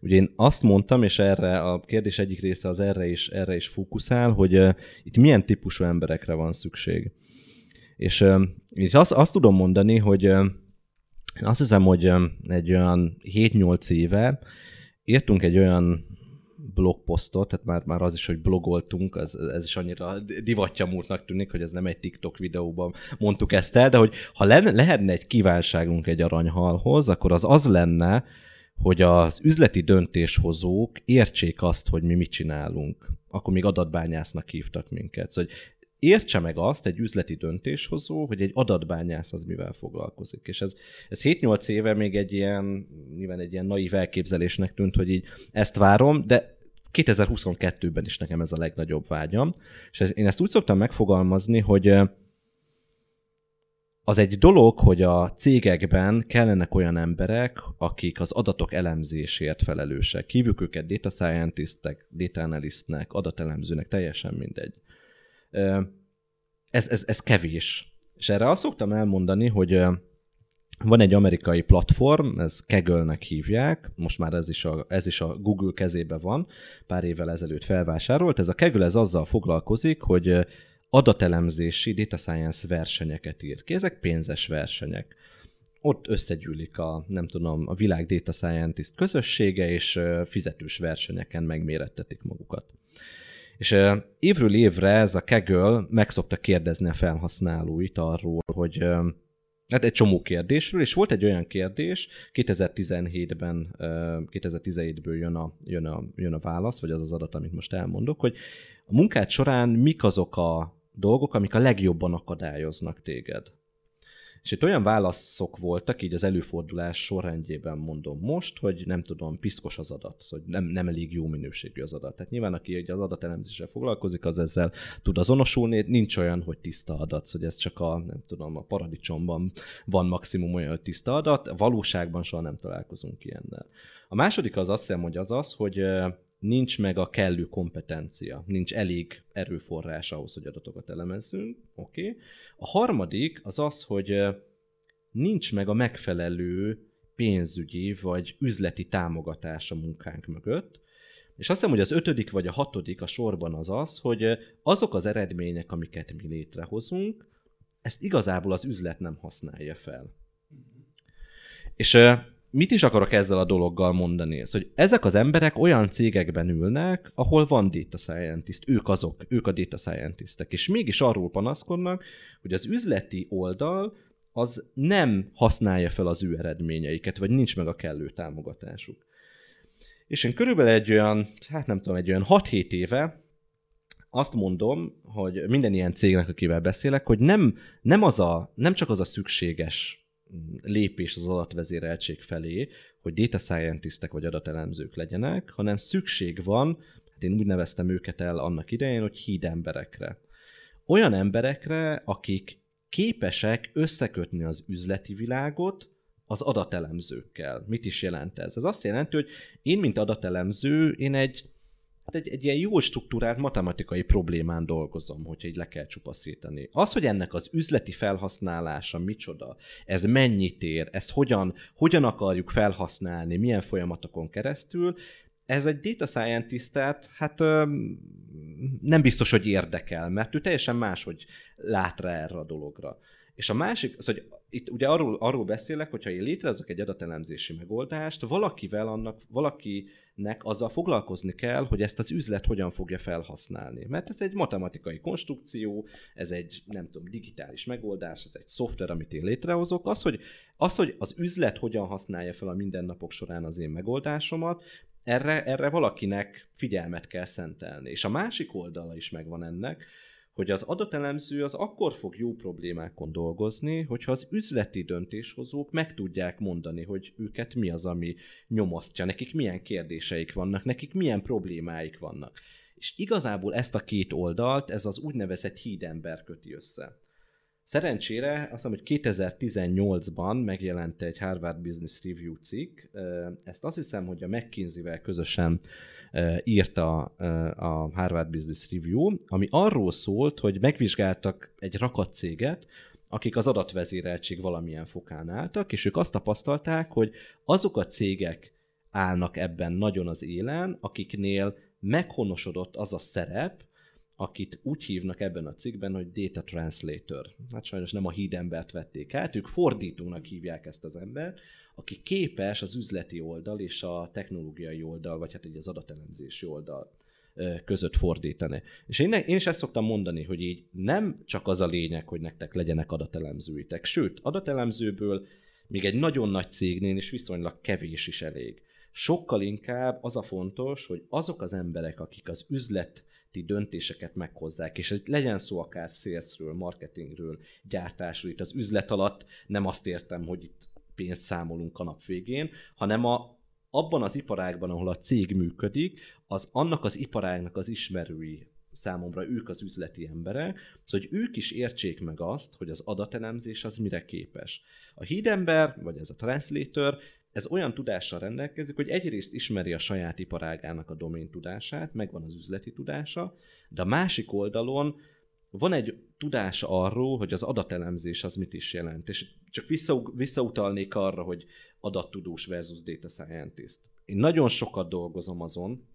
ugye én azt mondtam, és erre a kérdés egyik része az erre is fókuszál, hogy itt milyen típusú emberekre van szükség. És itt azt tudom mondani, hogy azt hiszem, hogy egy olyan 7-8 éve írtunk egy olyan blogposztot, tehát már az is, hogy blogoltunk, ez is annyira divattyamúltnak tűnik, hogy ez nem egy TikTok videóban mondtuk ezt el, de hogy ha lehetne egy kívánságunk egy aranyhalhoz, akkor az lenne, hogy az üzleti döntéshozók értsék azt, hogy mi mit csinálunk. Akkor még adatbányásznak hívtak minket. Szóval értse meg azt egy üzleti döntéshozó, hogy egy adatbányász az mivel foglalkozik. És ez 7-8 éve még nyilván egy ilyen naív elképzelésnek tűnt, hogy így ezt várom, de 2022-ben is nekem ez a legnagyobb vágyam. És én ezt úgy szoktam megfogalmazni, hogy az egy dolog, hogy a cégekben kellenek olyan emberek, akik az adatok elemzésért felelősek. Hívjuk őket data scientistnek, data analystnek, adatelemzőnek, teljesen mindegy. Ez kevés. És erre azt szoktam elmondani, hogy van egy amerikai platform, ez Kaggle-nek hívják, most már ez is a Google kezében van, pár évvel ezelőtt felvásárolt. Ez a Kaggle azzal foglalkozik, hogy adatelemzési data science versenyeket ír ki. Ezek pénzes versenyek. Ott összegyűlik a világ data scientist közössége, és fizetős versenyeken megmérettetik magukat. És évről évre ez a Kaggle meg szokta kérdezni a felhasználóit arról, hogy hát egy csomó kérdésről, és volt egy olyan kérdés, 2017-ből jön a válasz, vagy az az adat, amit most elmondok, hogy a munkád során mik azok a dolgok, amik a legjobban akadályoznak téged. És itt olyan válaszok voltak, így az előfordulás sorrendjében mondom most, hogy piszkos az adat, szóval nem elég jó minőségű az adat. Tehát nyilván, aki az adatelemzéssel foglalkozik, az ezzel tud azonosulni, nincs olyan, hogy tiszta adat, hogy ez csak a paradicsomban van maximum olyan, hogy tiszta adat, a valóságban soha nem találkozunk ilyennel. A második az azt hiszem, hogy hogy nincs meg a kellő kompetencia, nincs elég erőforrás ahhoz, hogy adatokat elemezzünk. Okay. A harmadik az, hogy nincs meg a megfelelő pénzügyi vagy üzleti támogatás a munkánk mögött. És azt hiszem, hogy az 5. vagy a 6. a sorban az, hogy azok az eredmények, amiket mi létrehozunk, ezt igazából az üzlet nem használja fel. És mit is akarok ezzel a dologgal mondani? Ez, hogy ezek az emberek olyan cégekben ülnek, ahol van data scientist, ők a data scientistek, és mégis arról panaszkodnak, hogy az üzleti oldal az nem használja fel az ő eredményeiket, vagy nincs meg a kellő támogatásuk. És én körülbelül egy olyan 6-7 éve azt mondom, hogy minden ilyen cégnek, akivel beszélek, hogy nem csak az a szükséges lépés az adatvezéreltség felé, hogy data scientistek vagy adatelemzők legyenek, hanem szükség van, hát én úgy neveztem őket el annak idején, hogy hídemberekre. Olyan emberekre, akik képesek összekötni az üzleti világot az adatelemzőkkel. Mit is jelent ez? Ez azt jelenti, hogy én, mint adatelemző, én egy ilyen jól struktúrált matematikai problémán dolgozom, hogyha így le kell csupaszítani. Az, hogy ennek az üzleti felhasználása micsoda, ez mennyit ér, ezt hogyan akarjuk felhasználni, milyen folyamatokon keresztül, ez egy data scientist-et nem biztos, hogy érdekel, mert ő teljesen máshogy lát rá erre a dologra. És a másik, az, hogy itt ugye arról beszélek, hogyha én létrehozok egy adatelemzési megoldást, valakinek azzal foglalkozni kell, hogy ezt az üzlet hogyan fogja felhasználni. Mert ez egy matematikai konstrukció, ez egy, digitális megoldás, ez egy szoftver, amit én létrehozok. Az, hogy az üzlet hogyan használja fel a mindennapok során az én megoldásomat, erre valakinek figyelmet kell szentelni. És a másik oldala is megvan ennek, hogy az adatelemző az akkor fog jó problémákon dolgozni, hogyha az üzleti döntéshozók meg tudják mondani, hogy őket mi az, ami nyomasztja, nekik milyen kérdéseik vannak, nekik milyen problémáik vannak. És igazából ezt a két oldalt ez az úgynevezett hídember köti össze. Szerencsére azt hiszem, hogy 2018-ban megjelent egy Harvard Business Review cikk, ezt azt hiszem, hogy a McKinsey-vel közösen írta a Harvard Business Review, ami arról szólt, hogy megvizsgáltak egy rakat céget, akik az adatvezéreltség valamilyen fokán álltak, és ők azt tapasztalták, hogy azok a cégek állnak ebben nagyon az élen, akiknél meghonosodott az a szerep, akit úgy hívnak ebben a cikkben, hogy data translator. Hát sajnos nem a hídembert vették át, ők fordítónak hívják ezt az embert, aki képes az üzleti oldal és a technológiai oldal, vagy hát az adatelemzési oldal között fordítani. És én is ezt szoktam mondani, hogy így nem csak az a lényeg, hogy nektek legyenek adatelemzőitek, sőt, adatelemzőből még egy nagyon nagy cégnél is viszonylag kevés is elég. Sokkal inkább az a fontos, hogy azok az emberek, akik az üzleti döntéseket meghozzák, és ez legyen szó akár salesről, marketingről, gyártásról, itt az üzlet alatt nem azt értem, hogy itt pénzt számolunk a nap végén, hanem abban az iparágban, ahol a cég működik, annak az iparágnak az ismerői, számomra ők az üzleti emberek, szóval hogy ők is értsék meg azt, hogy az adatelemzés az mire képes. A hídember, vagy ez a translator, ez olyan tudással rendelkezik, hogy egyrészt ismeri a saját iparágának a domén tudását, megvan az üzleti tudása, de a másik oldalon van egy tudás arról, hogy az adatelemzés az mit is jelent. És csak visszautalnék arra, hogy adattudós versus data scientist. Én nagyon sokat dolgozom azon,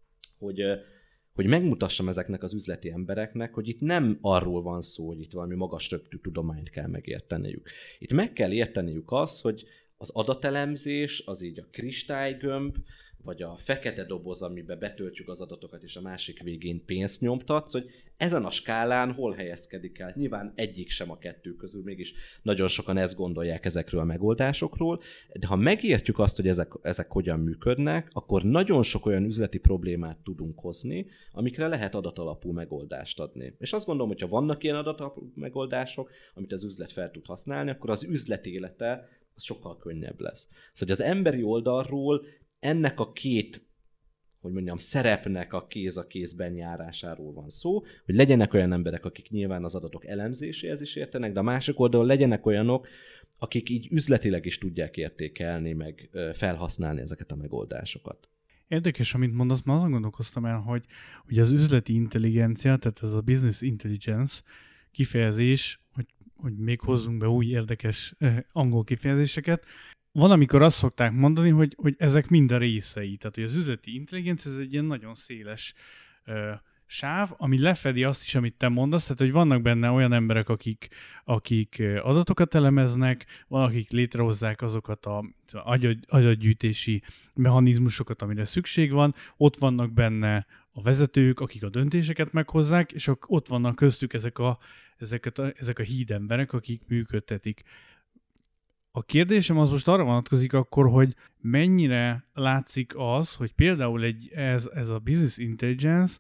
hogy megmutassam ezeknek az üzleti embereknek, hogy itt nem arról van szó, hogy itt valami magas röptű tudományt kell megérteniük. Itt meg kell érteniük azt, hogy az adatelemzés az így a kristálygömb, vagy a fekete doboz, amiben betöltjük az adatokat, és a másik végén pénzt nyomtatsz, hogy ezen a skálán hol helyezkedik el. Nyilván egyik sem a kettő közül, mégis nagyon sokan ezt gondolják ezekről a megoldásokról, de ha megértjük azt, hogy ezek hogyan működnek, akkor nagyon sok olyan üzleti problémát tudunk hozni, amikre lehet adatalapú megoldást adni. És azt gondolom, hogyha vannak ilyen adatalapú megoldások, amit az üzlet fel tud használni, akkor az üzlet élete az sokkal könnyebb lesz. Szóval az emberi oldalról ennek a két, hogy mondjam, szerepnek a kéz a kézben járásáról van szó, hogy legyenek olyan emberek, akik nyilván az adatok elemzéséhez is értenek, de a másik oldalon legyenek olyanok, akik így üzletileg is tudják értékelni, meg felhasználni ezeket a megoldásokat. Érdekes, amit mondasz, mert azon gondolkoztam el, hogy az üzleti intelligencia, tehát ez a business intelligence kifejezés, hogy még hozzunk be új érdekes angol kifejezéseket. Van, amikor azt szokták mondani, hogy ezek mind a részei. Tehát, hogy az üzleti intelligencia ez egy ilyen nagyon széles sáv, ami lefedi azt is, amit te mondasz, tehát, hogy vannak benne olyan emberek, akik adatokat elemeznek, van, akik létrehozzák azokat az adatgyűjtési mechanizmusokat, amire szükség van, ott vannak benne a vezetők, akik a döntéseket meghozzák, és ott vannak köztük ezek a hídemberek, akik működtetik. A kérdésem az most arra vonatkozik akkor, hogy mennyire látszik az, hogy például ez a business intelligence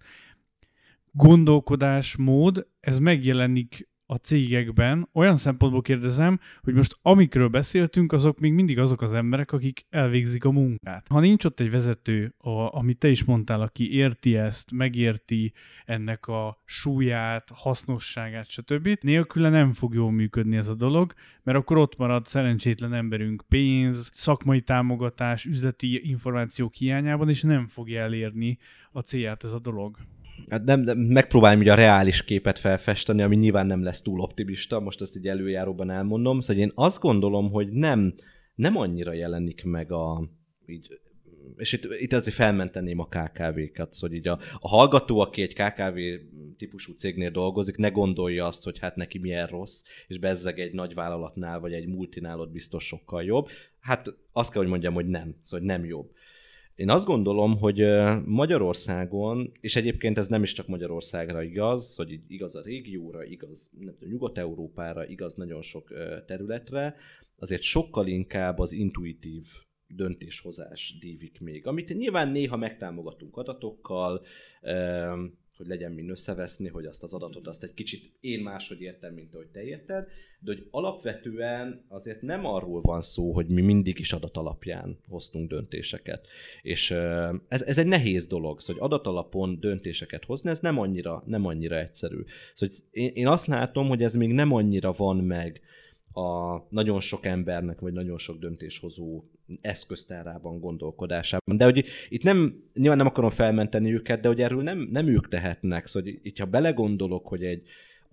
gondolkodásmód, ez megjelenik a cégekben. Olyan szempontból kérdezem, hogy most amikről beszéltünk, azok még mindig azok az emberek, akik elvégzik a munkát. Ha nincs ott egy vezető, amit te is mondtál, aki érti ezt, megérti ennek a súlyát, hasznosságát, stb. Nélküle nem fog jól működni ez a dolog, mert akkor ott marad szerencsétlen emberünk pénz, szakmai támogatás, üzleti információk hiányában, és nem fogja elérni a célját ez a dolog. Hát nem, megpróbálom így a reális képet felfesteni, ami nyilván nem lesz túl optimista, most ezt így előjáróban elmondom. Szóval én azt gondolom, hogy nem annyira jelenik meg így, és itt azért felmenteném a KKV-kat, szóval így a hallgató, aki egy KKV típusú cégnél dolgozik, ne gondolja azt, hogy hát neki milyen rossz, és bezzeg egy nagy vállalatnál, vagy egy multinál ott biztos sokkal jobb. Hát azt kell, hogy mondjam, hogy nem, szóval nem jobb. Én azt gondolom, hogy Magyarországon, és egyébként ez nem is csak Magyarországra igaz, hogy igaz a régióra, igaz Nyugat-Európára, igaz nagyon sok területre, azért sokkal inkább az intuitív döntéshozás dívik még. Amit nyilván néha megtámogatunk adatokkal, hogy legyen min összeveszni, hogy azt az adatot azt egy kicsit én máshogy értem, mint ahogy te érted, de hogy alapvetően azért nem arról van szó, hogy mi mindig is adat alapján hoztunk döntéseket. És ez egy nehéz dolog, szóval hogy adatalapon döntéseket hozni, ez nem annyira egyszerű. Szóval én azt látom, hogy ez még nem annyira van meg a nagyon sok embernek, vagy nagyon sok döntéshozó eszköztárában, gondolkodásában. De hogy itt nyilván nem akarom felmenteni őket, de hogy erről nem ők tehetnek. Szóval itt, ha belegondolok, hogy egy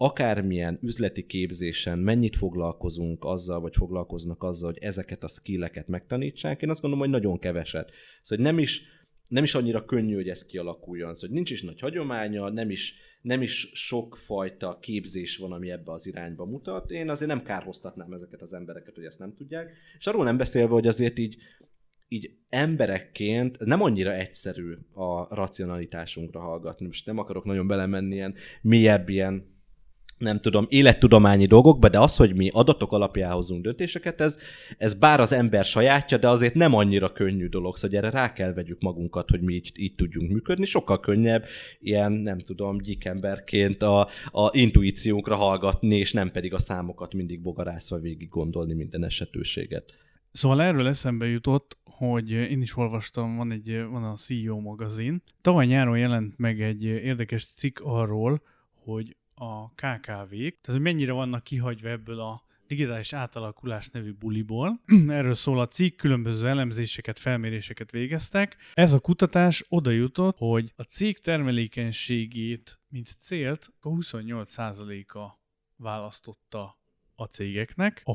akármilyen üzleti képzésen mennyit foglalkozunk azzal, vagy foglalkoznak azzal, hogy ezeket a skilleket megtanítsák, én azt gondolom, hogy nagyon keveset. Szóval nem is annyira könnyű, hogy ez kialakuljon. Szóval nincs is nagy hagyománya, nem is sokfajta képzés van, ami ebbe az irányba mutat. Én azért nem kárhoztatnám ezeket az embereket, hogy ezt nem tudják. És arról nem beszélve, hogy azért így emberekként nem annyira egyszerű a racionalitásunkra hallgatni. Most nem akarok nagyon belemenni ilyen mélyebb, nem tudom, élettudományi dolgokba, de az, hogy mi adatok alapján hozunk döntéseket, ez bár az ember sajátja, de azért nem annyira könnyű dolog, szóval erre rá kell vegyük magunkat, hogy mi így tudjunk működni. Sokkal könnyebb ilyen, nem tudom, gyíkemberként a intuíciónkra hallgatni, és nem pedig a számokat mindig bogarászva végig gondolni minden esetőséget. Szóval erről eszembe jutott, hogy én is olvastam, van a CEO magazin. Tavaly nyáron jelent meg egy érdekes cikk arról, hogy a KKV-k, tehát hogy mennyire vannak kihagyva ebből a digitális átalakulás nevű buliból. Erről szól a cikk, különböző elemzéseket, felméréseket végeztek. Ez a kutatás oda jutott, hogy a cég termelékenységét, mint célt, a 28%-a választotta a cégeknek, a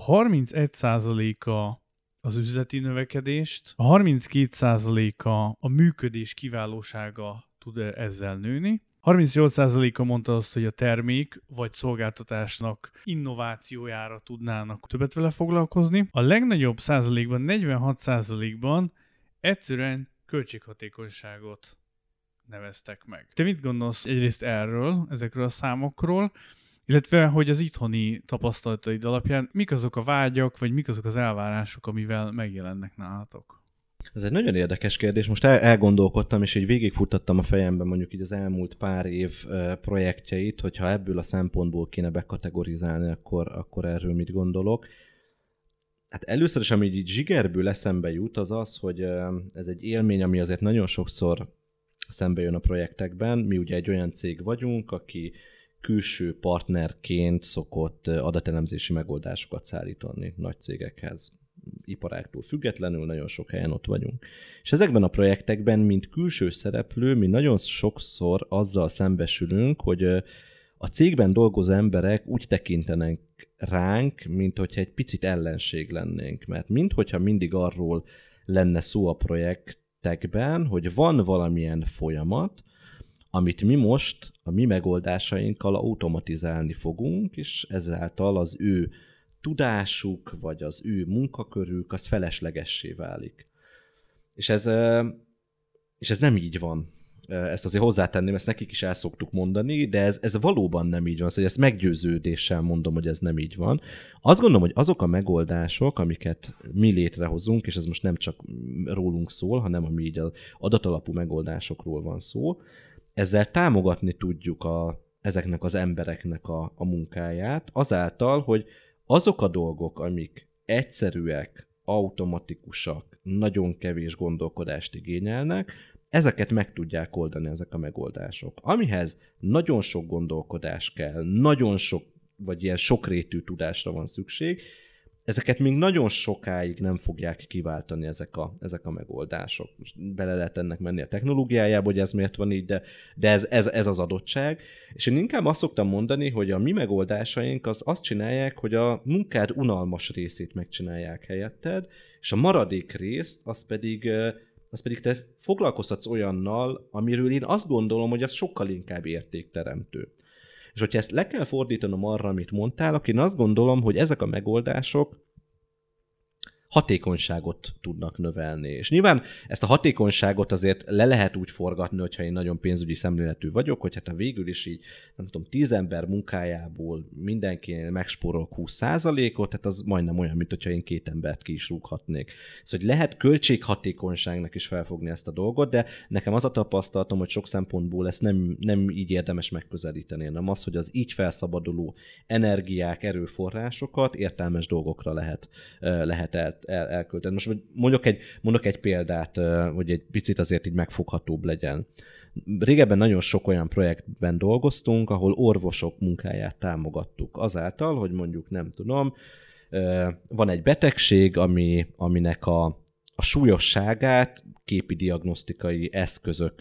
31%-a az üzleti növekedést, a 32%-a a működés kiválósága tud ezzel nőni, 38%-a mondta azt, hogy a termék vagy szolgáltatásnak innovációjára tudnának többet vele foglalkozni. A legnagyobb százalékban, 46%-ban egyszerűen költséghatékonyságot neveztek meg. Te mit gondolsz egyrészt ezekről a számokról, illetve hogy az itthoni tapasztalataid alapján mik azok a vágyak, vagy mik azok az elvárások, amivel megjelennek nálatok? Ez egy nagyon érdekes kérdés. Most elgondolkodtam, és így végigfuttattam a fejemben mondjuk így az elmúlt pár év projektjeit, hogyha ebből a szempontból kéne bekategorizálni, akkor erről mit gondolok. Hát először is, ami így zsigerből eszembe jut, az az, hogy ez egy élmény, ami azért nagyon sokszor szembe jön a projektekben. Mi ugye egy olyan cég vagyunk, aki külső partnerként szokott adatelemzési megoldásokat szállítani nagy cégekhez. Iparáktól függetlenül nagyon sok helyen ott vagyunk. És ezekben a projektekben, mint külső szereplő, mi nagyon sokszor azzal szembesülünk, hogy a cégben dolgozó emberek úgy tekintenek ránk, mint hogyha egy picit ellenség lennénk. Mert minthogyha mindig arról lenne szó a projektekben, hogy van valamilyen folyamat, amit mi most a mi megoldásainkkal automatizálni fogunk, és ezáltal az ő tudásuk, vagy az ő munkakörük, az feleslegessé válik. És ez nem így van. Ezt azért hozzátenném, ezt nekik is el szoktuk mondani, de ez valóban nem így van. Szóval ezt meggyőződéssel mondom, hogy ez nem így van. Azt gondolom, hogy azok a megoldások, amiket mi létrehozunk, és ez most nem csak rólunk szól, hanem ami így az adatalapú megoldásokról van szó, ezzel támogatni tudjuk ezeknek az embereknek a munkáját, azáltal, hogy azok a dolgok, amik egyszerűek, automatikusak, nagyon kevés gondolkodást igényelnek, ezeket meg tudják oldani ezek a megoldások. Amihez nagyon sok gondolkodás kell, nagyon sok, vagy ilyen sokrétű tudásra van szükség, ezeket még nagyon sokáig nem fogják kiváltani ezek a megoldások. Most bele lehet ennek menni a technológiájába, hogy ez miért van így, de ez az adottság. És én inkább azt szoktam mondani, hogy a mi megoldásaink azt csinálják, hogy a munkád unalmas részét megcsinálják helyetted, és a maradék részt az pedig te foglalkoztatsz olyannal, amiről én azt gondolom, hogy az sokkal inkább értékteremtő. És hogyha ezt le kell fordítanom arra, amit mondtál, akkor én azt gondolom, hogy ezek a megoldások hatékonyságot tudnak növelni. És nyilván ezt a hatékonyságot azért le lehet úgy forgatni, hogyha én nagyon pénzügyi szemléletű vagyok, hogy hát a végül is így, nem tudom, 10 ember munkájából mindenkinél megspórolok 20%-ot, tehát az majdnem olyan, mint hogyha én 2 embert ki is rúghatnék. Szóval hogy lehet költséghatékonyságnak is felfogni ezt a dolgot, de nekem az a tapasztalatom, hogy sok szempontból ezt nem így érdemes megközelíteni, hanem az, hogy az így felszabaduló energiák, erőforrásokat értelmes dolgokra lehet elkölteni. Most mondok egy példát, hogy egy picit azért így megfoghatóbb legyen. Régebben nagyon sok olyan projektben dolgoztunk, ahol orvosok munkáját támogattuk. Azáltal, hogy mondjuk nem tudom, van egy betegség, aminek a súlyosságát képi diagnosztikai eszközök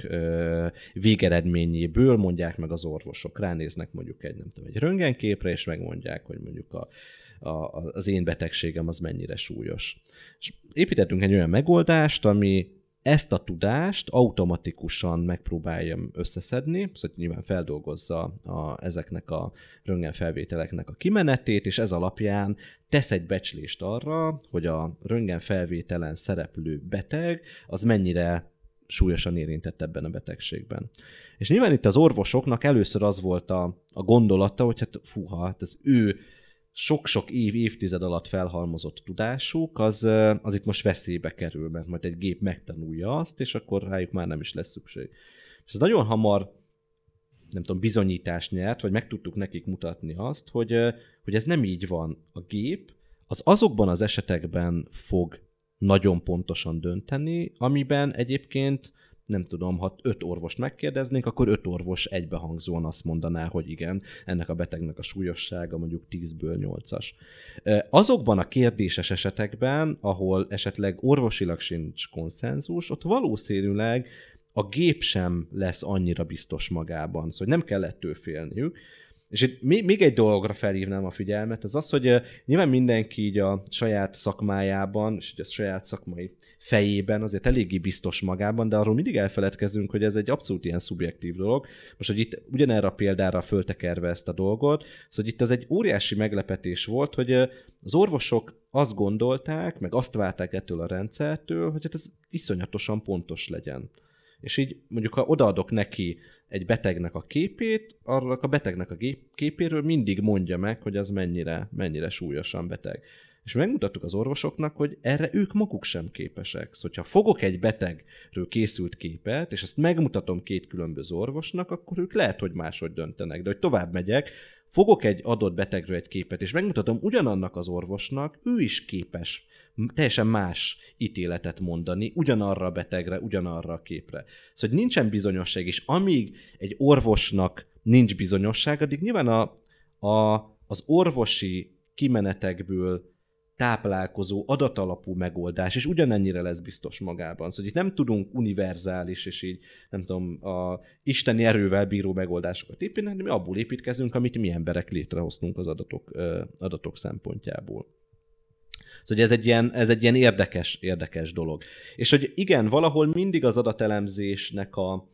végeredményéből mondják meg az orvosok. Ránéznek mondjuk egy röntgenképre, és megmondják, hogy mondjuk az én betegségem az mennyire súlyos. És építettünk egy olyan megoldást, ami ezt a tudást automatikusan megpróbálja összeszedni, szóval nyilván feldolgozza ezeknek a röntgenfelvételeknek a kimenetét, és ez alapján tesz egy becslést arra, hogy a röntgenfelvételen szereplő beteg az mennyire súlyosan érintett ebben a betegségben. És nyilván itt az orvosoknak először az volt a gondolata, hogy hát az ő sok-sok évtized alatt felhalmozott tudásuk, az itt most veszélybe kerül, mert majd egy gép megtanulja azt, és akkor rájuk már nem is lesz szükség. És ez nagyon hamar, nem tudom, bizonyítást nyert, vagy meg tudtuk nekik mutatni azt, hogy ez nem így van. A gép az azokban az esetekben fog nagyon pontosan dönteni, amiben egyébként nem tudom, ha 5 orvost megkérdeznénk, akkor 5 orvos egybehangzóan azt mondaná, hogy igen, ennek a betegnek a súlyossága mondjuk 10-ből 8-as. Azokban a kérdéses esetekben, ahol esetleg orvosilag sincs konszenzus, ott valószínűleg a gép sem lesz annyira biztos magában, szóval nem kell ettől félniük. És itt még egy dologra felhívnám a figyelmet, az az, hogy nyilván mindenki így a saját szakmájában, és a saját szakmai fejében azért eléggé biztos magában, de arról mindig elfeledkezünk, hogy ez egy abszolút ilyen szubjektív dolog. Most, hogy itt ugyanerre a példára föltekerve ezt a dolgot, szóval itt az egy óriási meglepetés volt, hogy az orvosok azt gondolták, meg azt várták ettől a rendszertől, hogy hát ez iszonyatosan pontos legyen. És így mondjuk, ha odaadok neki egy betegnek a képét, arra a betegnek a képéről mindig mondja meg, hogy az mennyire súlyosan beteg. És megmutattuk az orvosoknak, hogy erre ők maguk sem képesek. Szóval, ha fogok egy betegről készült képet, és ezt megmutatom 2 különböző orvosnak, akkor ők lehet, hogy máshogy döntenek. De hogy tovább megyek, fogok egy adott betegről egy képet, és megmutatom ugyanannak az orvosnak, ő is képes teljesen más ítéletet mondani ugyanarra a betegre, ugyanarra a képre. Szóval nincsen bizonyosság, és amíg egy orvosnak nincs bizonyosság, addig nyilván az orvosi kimenetekből táplálkozó adatalapú megoldás, és ugyanennyire lesz biztos magában. Szóval itt nem tudunk univerzális, és így nem tudom, a isteni erővel bíró megoldásokat építeni, hanem mi abból építkezünk, amit mi emberek létrehoztunk az adatok szempontjából. Szóval ez egy ilyen érdekes dolog. És hogy igen, valahol mindig az adatelemzésnek a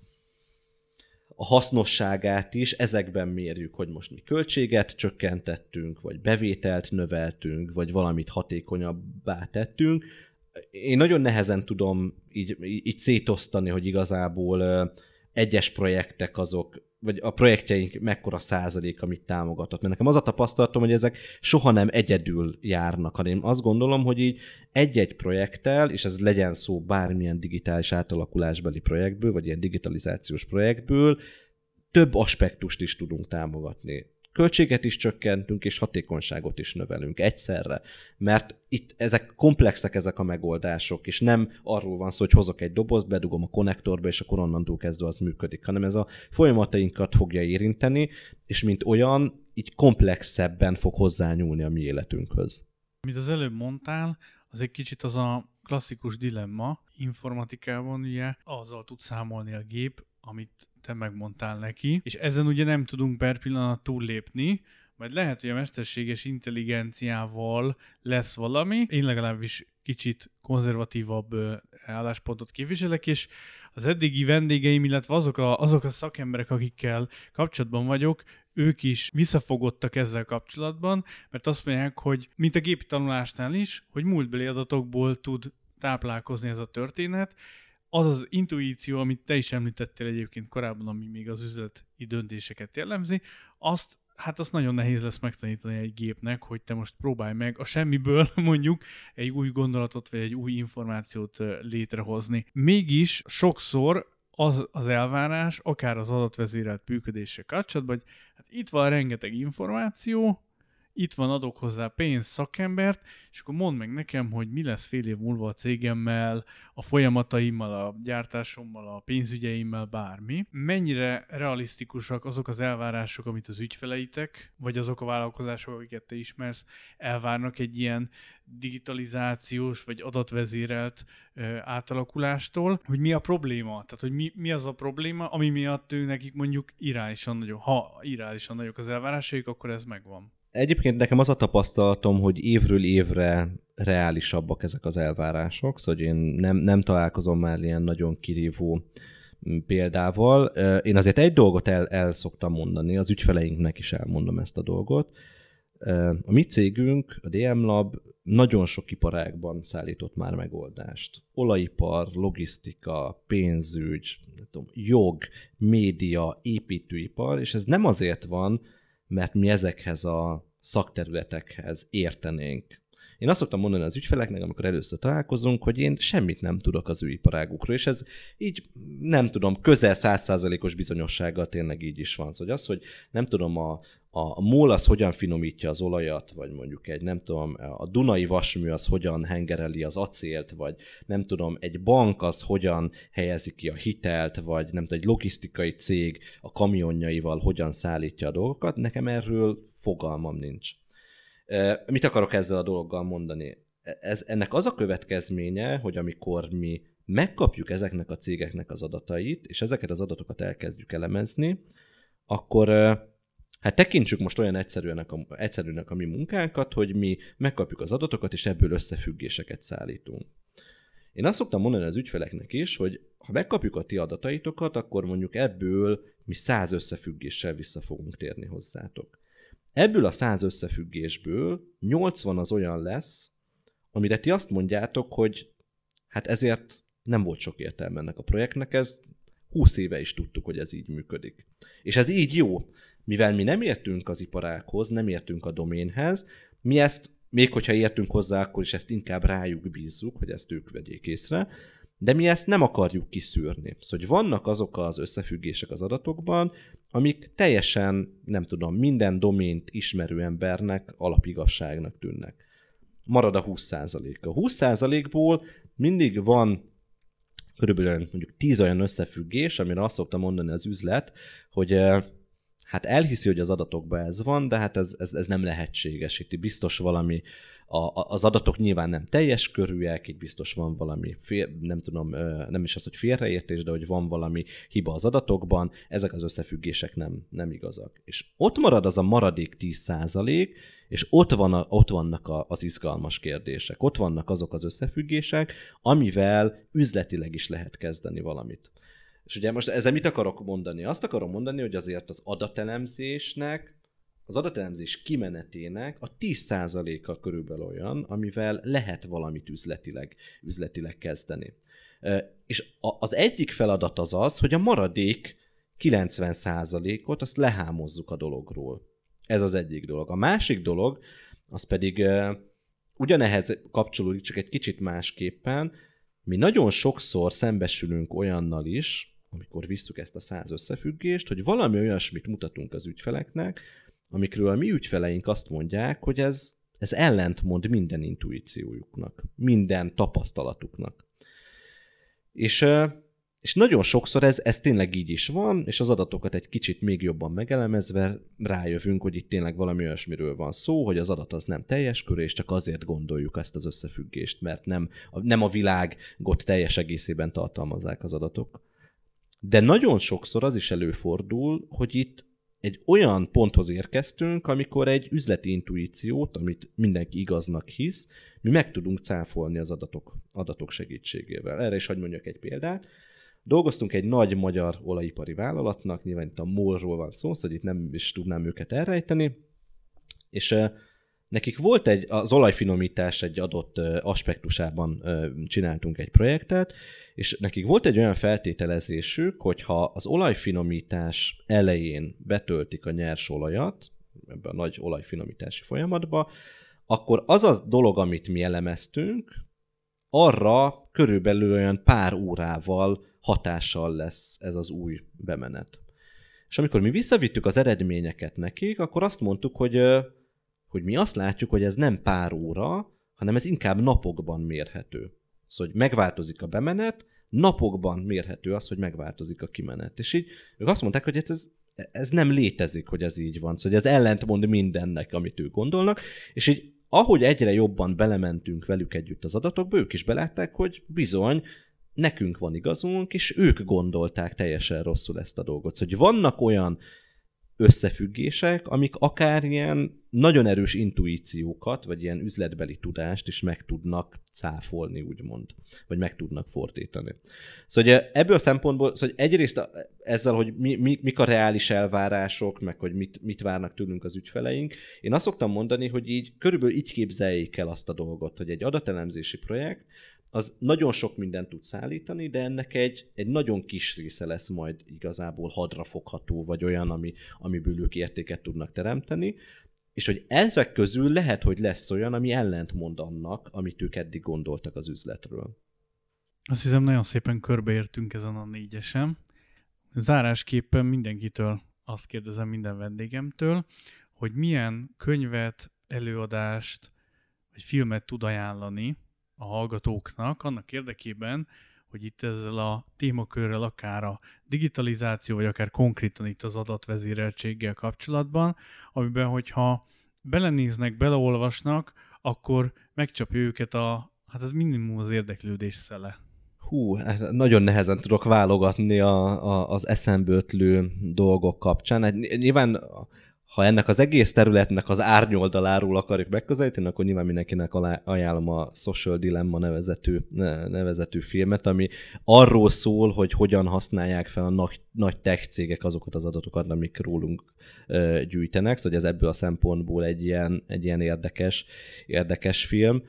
hasznosságát is ezekben mérjük, hogy most mi költséget csökkentettünk, vagy bevételt növeltünk, vagy valamit hatékonyabbá tettünk. Én nagyon nehezen tudom így szétosztani, hogy igazából egyes projektek azok, vagy a projektjeink mekkora százalék, amit támogatott. Mert nekem az a tapasztalatom, hogy ezek soha nem egyedül járnak, hanem azt gondolom, hogy így egy-egy projekttel, és ez legyen szó bármilyen digitális átalakulásbeli projektből, vagy ilyen digitalizációs projektből, több aspektust is tudunk támogatni. Költséget is csökkentünk, és hatékonyságot is növelünk egyszerre. Mert itt ezek komplexek, ezek a megoldások, és nem arról van szó, hogy hozok egy dobozt, bedugom a konnektorba, és akkor onnantól kezdve az működik, hanem ez a folyamatainkat fogja érinteni, és mint olyan, így komplexebben fog hozzányúlni a mi életünkhöz. Amit az előbb mondtál, az egy kicsit az a klasszikus dilemma informatikában, ugye azzal tud számolni a gép, amit te megmondtál neki, és ezen ugye nem tudunk per pillanat túllépni, majd lehet, hogy a mesterséges intelligenciával lesz valami, én legalábbis kicsit konzervatívabb álláspontot képviselek, és az eddigi vendégeim, illetve azok a szakemberek, akikkel kapcsolatban vagyok, ők is visszafogottak ezzel kapcsolatban, mert azt mondják, hogy mint a gépi tanulásnál is, hogy múltbeli adatokból tud táplálkozni ez a történet. Az az intuíció, amit te is említettél egyébként korábban, ami még az üzleti döntéseket jellemzi, azt nagyon nehéz lesz megtanítani egy gépnek, hogy te most próbálj meg a semmiből mondjuk egy új gondolatot vagy egy új információt létrehozni. Mégis sokszor az elvárás, akár az adatvezérelt működéssel kapcsolatban, hogy hát itt van rengeteg információ, itt van, adok hozzá pénz, szakembert, és akkor mondd meg nekem, hogy mi lesz fél év múlva a cégemmel, a folyamataimmal, a gyártásommal, a pénzügyeimmel, bármi. Mennyire realisztikusak azok az elvárások, amit az ügyfeleitek, vagy azok a vállalkozások, akiket te ismersz, elvárnak egy ilyen digitalizációs vagy adatvezérelt átalakulástól, hogy mi a probléma? Tehát, hogy mi az a probléma, ami miatt nekik mondjuk irreálisan nagyok az elvárásaik, akkor ez megvan. Egyébként nekem az a tapasztalatom, hogy évről évre reálisabbak ezek az elvárások, szóval én nem találkozom már ilyen nagyon kirívó példával. Én azért egy dolgot el szoktam mondani, az ügyfeleinknek is elmondom ezt a dolgot. A mi cégünk, a DM Lab nagyon sok iparágban szállított már megoldást. Olajipar, logisztika, pénzügy, jog, média, építőipar, és ez nem azért van, mert mi ezekhez a szakterületekhez értenénk. Én azt szoktam mondani az ügyfeleknek, amikor először találkozunk, hogy én semmit nem tudok az ő iparágukról, és ez így, nem tudom, közel 100%-os bizonyossággal tényleg így is van. Szóval az, hogy nem tudom, a MOL az hogyan finomítja az olajat, vagy mondjuk a Dunai Vasmű az hogyan hengereli az acélt, vagy nem tudom, egy bank az hogyan helyezi ki a hitelt, vagy nem tudom, egy logisztikai cég a kamionjaival hogyan szállítja a dolgokat, nekem erről fogalmam nincs. Mit akarok ezzel a dologgal mondani? Ennek az a következménye, hogy amikor mi megkapjuk ezeknek a cégeknek az adatait, és ezeket az adatokat elkezdjük elemezni, akkor hát tekintsük most olyan egyszerűnek a mi munkánkat, hogy mi megkapjuk az adatokat, és ebből összefüggéseket szállítunk. Én azt szoktam mondani az ügyfeleknek is, hogy ha megkapjuk a ti adataitokat, akkor mondjuk ebből mi 100 összefüggéssel vissza fogunk térni hozzátok. Ebből a 100 összefüggésből 80 az olyan lesz, amire ti azt mondjátok, hogy hát ezért nem volt sok értelme ennek a projektnek, ez 20 éve is tudtuk, hogy ez így működik. És ez így jó, mivel mi nem értünk az iparághoz, nem értünk a doménhez, mi ezt, még hogyha értünk hozzá, akkor is ezt inkább rájuk bízzuk, hogy ezt ők vegyék észre, de mi ezt nem akarjuk kiszűrni. Szóval vannak azok az összefüggések az adatokban, amik teljesen, nem tudom, minden domént ismerő embernek alapigazságnak tűnnek. Marad a 20%. A 20%-ból mindig van körülbelül mondjuk 10 olyan összefüggés, amire azt szokta mondani az üzlet, hogy hát elhiszi, hogy az adatokban ez van, de hát ez nem lehetséges. Itt biztos valami, az adatok nyilván nem teljes körűek, itt biztos van valami, nem is az, hogy félreértés, de hogy van valami hiba az adatokban, ezek az összefüggések nem igazak. És ott marad az a maradék 10%, és ott vannak az izgalmas kérdések, ott vannak azok az összefüggések, amivel üzletileg is lehet kezdeni valamit. És ugye most ezzel mit akarok mondani? Azt akarom mondani, hogy azért az adatelemzés kimenetének a 10%-a körülbelül olyan, amivel lehet valamit üzletileg kezdeni. És az egyik feladat az, hogy a maradék 90%-ot azt lehámozzuk a dologról. Ez az egyik dolog. A másik dolog, az pedig ugyanehhez kapcsolódik, csak egy kicsit másképpen. Mi nagyon sokszor szembesülünk olyannal is, amikor visszük ezt a 100 összefüggést, hogy valami olyasmit mutatunk az ügyfeleknek, amikről a mi ügyfeleink azt mondják, hogy ez ellentmond minden intuíciójuknak, minden tapasztalatuknak. És nagyon sokszor ez tényleg így is van, és az adatokat egy kicsit még jobban megelemezve rájövünk, hogy itt tényleg valami olyasmiről van szó, hogy az adat az nem teljes körű, és csak azért gondoljuk ezt az összefüggést, mert nem a világot teljes egészében tartalmazzák az adatok. De nagyon sokszor az is előfordul, hogy itt egy olyan ponthoz érkeztünk, amikor egy üzleti intuíciót, amit mindenki igaznak hisz, mi meg tudunk cáfolni az adatok segítségével. Erre is hadd mondjak egy példát. Dolgoztunk egy nagy magyar olajipari vállalatnak, nyilván itt a MOL-ról van szó, szóval itt nem is tudnám őket elrejteni, és nekik volt az olajfinomítás egy adott aspektusában csináltunk egy projektet, és nekik volt egy olyan feltételezésük, hogy ha az olajfinomítás elején betöltik a nyers olajat, ebben a nagy olajfinomítási folyamatba, akkor az a dolog, amit mi elemeztünk, arra körülbelül olyan pár órával hatással lesz ez az új bemenet. És amikor mi visszavittük az eredményeket nekik, akkor azt mondtuk, hogy mi azt látjuk, hogy ez nem pár óra, hanem ez inkább napokban mérhető. Szóval, hogy megváltozik a bemenet, napokban mérhető az, hogy megváltozik a kimenet. És így ők azt mondták, hogy ez nem létezik, hogy ez így van. Szóval ez ellentmond mindennek, amit ők gondolnak, és így ahogy egyre jobban belementünk velük együtt az adatokba, ők is belátták, hogy bizony, nekünk van igazunk, és ők gondolták teljesen rosszul ezt a dolgot. Szóval, hogy vannak olyan összefüggések, amik akár ilyen nagyon erős intuíciókat, vagy ilyen üzletbeli tudást is meg tudnak cáfolni, úgymond, vagy meg tudnak fordítani. Szóval ebből a szempontból, szóval egyrészt ezzel, hogy mik a reális elvárások, meg hogy mit várnak tőlünk az ügyfeleink, én azt szoktam mondani, hogy így körülbelül így képzeljék el azt a dolgot, hogy egy adatelemzési projekt, az nagyon sok mindent tud szállítani, de ennek egy nagyon kis része lesz majd igazából hadrafogható, vagy olyan, amiből ők értéket tudnak teremteni, és hogy ezek közül lehet, hogy lesz olyan, ami ellentmond annak, amit ők eddig gondoltak az üzletről. Azt hiszem, nagyon szépen körbeértünk ezen a 4-esen. Zárásképpen mindenkitől azt kérdezem, minden vendégemtől, hogy milyen könyvet, előadást, vagy filmet tud ajánlani a hallgatóknak annak érdekében, hogy itt ezzel a témakörrel akár a digitalizáció, vagy akár konkrétan itt az adatvezéreltséggel kapcsolatban, amiben, hogyha belenéznek, beleolvasnak, akkor megcsapja őket hát ez minimum az érdeklődés szele. Nagyon nehezen tudok válogatni az eszembe ötlő dolgok kapcsán. Hát nyilván, ha ennek az egész területnek az árnyoldaláról akarjuk megközelíteni, akkor nyilván mindenkinek ajánlom a Social Dilemma nevezetű filmet, ami arról szól, hogy hogyan használják fel a nagy tech cégek azokat az adatokat, amik rólunk gyűjtenek. Szóval ez ebből a szempontból egy ilyen érdekes film.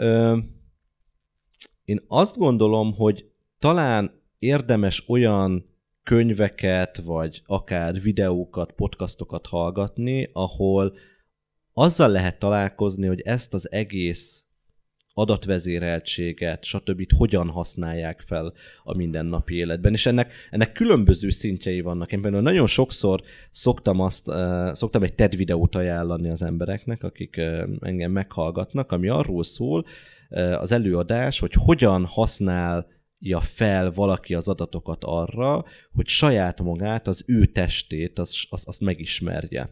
Én azt gondolom, hogy talán érdemes olyan könyveket, vagy akár videókat, podcastokat hallgatni, ahol azzal lehet találkozni, hogy ezt az egész adatvezéreltséget, stb. Hogyan használják fel a mindennapi életben. És ennek különböző szintjei vannak. Én például nagyon sokszor szoktam egy TED videót ajánlani az embereknek, akik engem meghallgatnak, ami arról szól, az előadás, hogy hogyan használja fel valaki az adatokat arra, hogy saját magát, az ő testét, azt megismerje.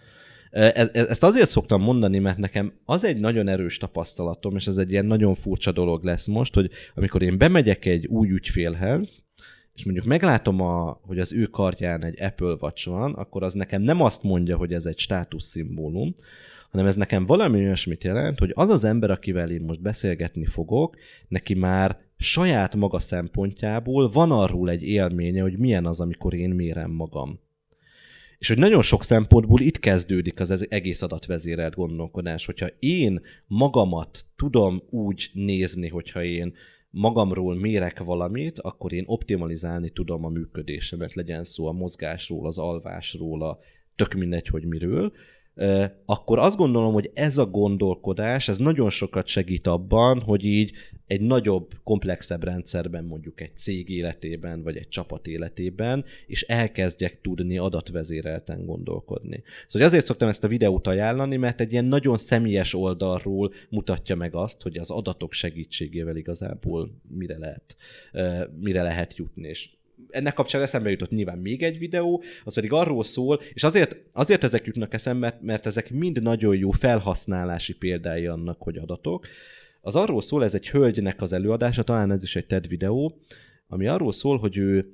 Ezt azért szoktam mondani, mert nekem az egy nagyon erős tapasztalatom, és ez egy ilyen nagyon furcsa dolog lesz most, hogy amikor én bemegyek egy új ügyfélhez, és mondjuk meglátom, hogy az ő karján egy Apple Watch van, akkor az nekem nem azt mondja, hogy ez egy státuszszimbólum, hanem ez nekem valami olyasmit jelent, hogy az az ember, akivel én most beszélgetni fogok, neki már saját maga szempontjából van arról egy élménye, hogy milyen az, amikor én mérem magam. És hogy nagyon sok szempontból itt kezdődik az egész adatvezérelt gondolkodás, hogyha én magamat tudom úgy nézni, hogyha én magamról mérek valamit, akkor én optimalizálni tudom a működésemet, legyen szó a mozgásról, az alvásról, tök mindegy, hogy miről, akkor azt gondolom, hogy ez a gondolkodás, ez nagyon sokat segít abban, hogy így egy nagyobb, komplexebb rendszerben, mondjuk egy cég életében, vagy egy csapat életében, és elkezdjek tudni adatvezérelten gondolkodni. Szóval azért szoktam ezt a videót ajánlani, mert egy ilyen nagyon személyes oldalról mutatja meg azt, hogy az adatok segítségével igazából mire lehet jutni. És ennek kapcsán eszembe jutott nyilván még egy videó, az pedig arról szól, és azért ezek jutnak eszembe, mert ezek mind nagyon jó felhasználási példái annak, hogy adatok. Az arról szól, ez egy hölgynek az előadása, talán ez is egy TED videó, ami arról szól, hogy ő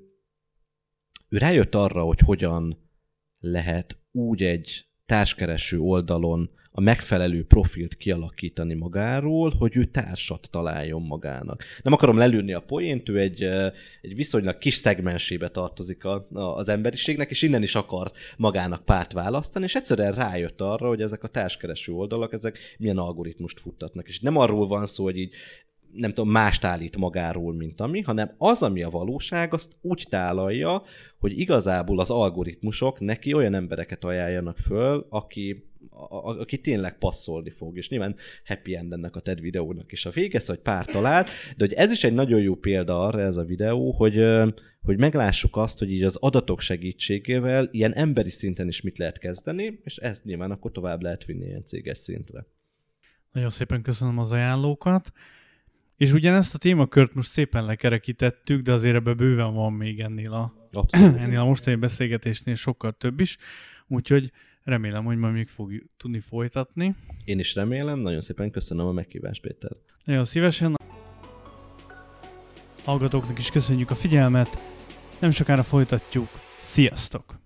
rájött arra, hogy hogyan lehet úgy egy társkereső oldalon a megfelelő profilt kialakítani magáról, hogy ő társat találjon magának. Nem akarom lelőni a poént, ő egy viszonylag kis szegmensébe tartozik az emberiségnek, és innen is akart magának párt választani, és egyszerűen rájött arra, hogy ezek a társkereső oldalak, ezek milyen algoritmust futtatnak. És nem arról van szó, hogy így nem tudom, mást állít magáról, mint hanem az, ami a valóság, azt úgy tálalja, hogy igazából az algoritmusok neki olyan embereket ajánljanak föl, aki aki tényleg passzolni fog, és nyilván happy end ennek a TED videónak is a vége, hogy pár talál, de hogy ez is egy nagyon jó példa arra ez a videó, hogy meglássuk azt, hogy így az adatok segítségével ilyen emberi szinten is mit lehet kezdeni, és ezt nyilván akkor tovább lehet vinni ilyen céges szintre. Nagyon szépen köszönöm az ajánlókat, és ugyanezt a témakört most szépen lekerekítettük, de azért ebben bőven van még ennél a mostani beszélgetésnél sokkal több is, úgyhogy remélem, hogy majd még fogjuk tudni folytatni. Én is remélem, nagyon szépen köszönöm a meghívást, Péter. Nagyon szívesen. Hallgatóknak is köszönjük a figyelmet, nem sokára folytatjuk. Sziasztok!